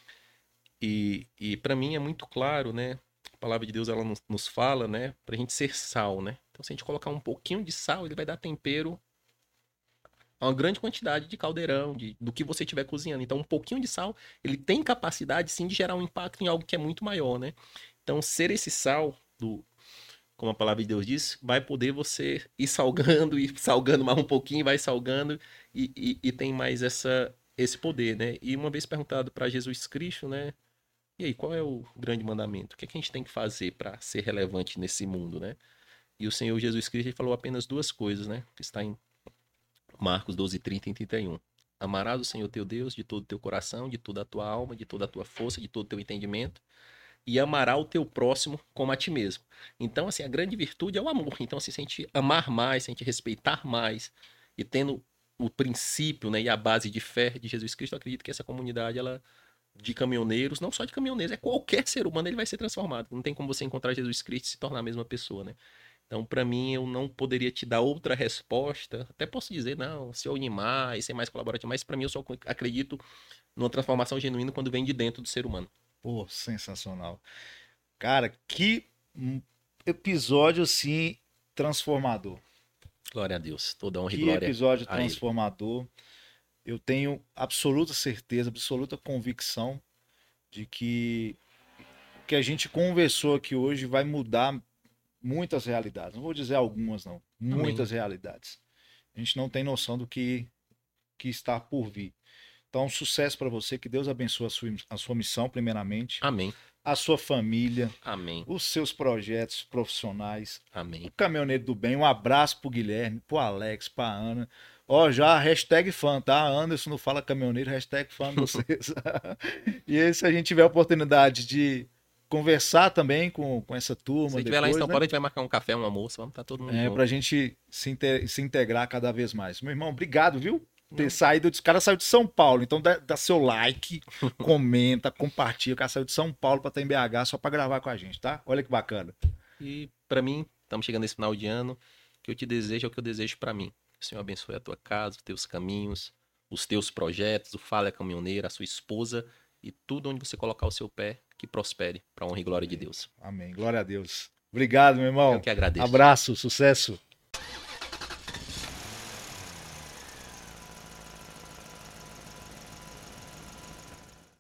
E, e para mim é muito claro, né? A palavra de Deus, ela nos, nos fala, né? Pra gente ser sal, né? Então, se a gente colocar um pouquinho de sal, ele vai dar tempero a uma grande quantidade de caldeirão, de, do que você estiver cozinhando. Então, um pouquinho de sal, ele tem capacidade, sim, de gerar um impacto em algo que é muito maior, né? Então, ser esse sal, do, como a palavra de Deus diz, vai poder você ir salgando, ir salgando mais um pouquinho, vai salgando, e, e, e tem mais essa, esse poder, né? E uma vez perguntado para Jesus Cristo, né? E aí, qual é o grande mandamento? O que, é que a gente tem que fazer para ser relevante nesse mundo, né? E o Senhor Jesus Cristo ele falou apenas duas coisas, né? Que está em Marcos doze, trinta e trinta e um. Amarás o Senhor teu Deus de todo o teu coração, de toda a tua alma, de toda a tua força, de todo o teu entendimento, e amará o teu próximo como a ti mesmo. Então, assim, a grande virtude é o amor. Então, assim, se a gente amar mais, se a gente respeitar mais, e tendo o princípio, né, e a base de fé de Jesus Cristo, eu acredito que essa comunidade, ela de caminhoneiros, não só de caminhoneiros, é qualquer ser humano, ele vai ser transformado. Não tem como você encontrar Jesus Cristo e se tornar a mesma pessoa, né? Então, para mim, eu não poderia te dar outra resposta. Até posso dizer, não, se eu unir mais, ser mais colaborativo, mas para mim eu só acredito numa transformação genuína quando vem de dentro do ser humano. Pô, sensacional. Cara, que hum, episódio assim transformador. Glória a Deus. Toda honra e Que glória episódio a Ele. transformador. Eu tenho absoluta certeza, absoluta convicção de que o que a gente conversou aqui hoje vai mudar muitas realidades. Não vou dizer algumas, não. Muitas Amém. realidades. A gente não tem noção do que, que está por vir. Então, sucesso para você. Que Deus abençoe a sua, a sua missão, primeiramente. Amém. A sua família. Amém. Os seus projetos profissionais. Amém. O Caminhoneiro do Bem. Um abraço pro Guilherme, pro Alex, pra Ana. Ó, já, hashtag fã, tá? Anderson não fala caminhoneiro, hashtag fã de vocês. E aí, se a gente tiver a oportunidade de conversar também com, com essa turma. Se estiver lá em depois, São né? Paulo, a gente vai marcar um café, um almoço, vamos estar todo mundo É, junto. pra gente se, inte- se integrar cada vez mais. Meu irmão, obrigado, viu? Ter Não. saído. Os caras saiu de São Paulo, então dá, dá seu like, comenta, compartilha. O cara saiu de São Paulo pra estar em B H só pra gravar com a gente, tá? Olha que bacana. E para mim, estamos chegando nesse final de ano, o que eu te desejo é o que eu desejo para mim. Que o Senhor abençoe a tua casa, os teus caminhos, os teus projetos, o Fala Caminhoneiro, a sua esposa e tudo onde você colocar o seu pé, que prospere, para honra e glória de Deus. Amém. Glória a Deus. Obrigado, meu irmão. Eu que agradeço. Abraço, sucesso.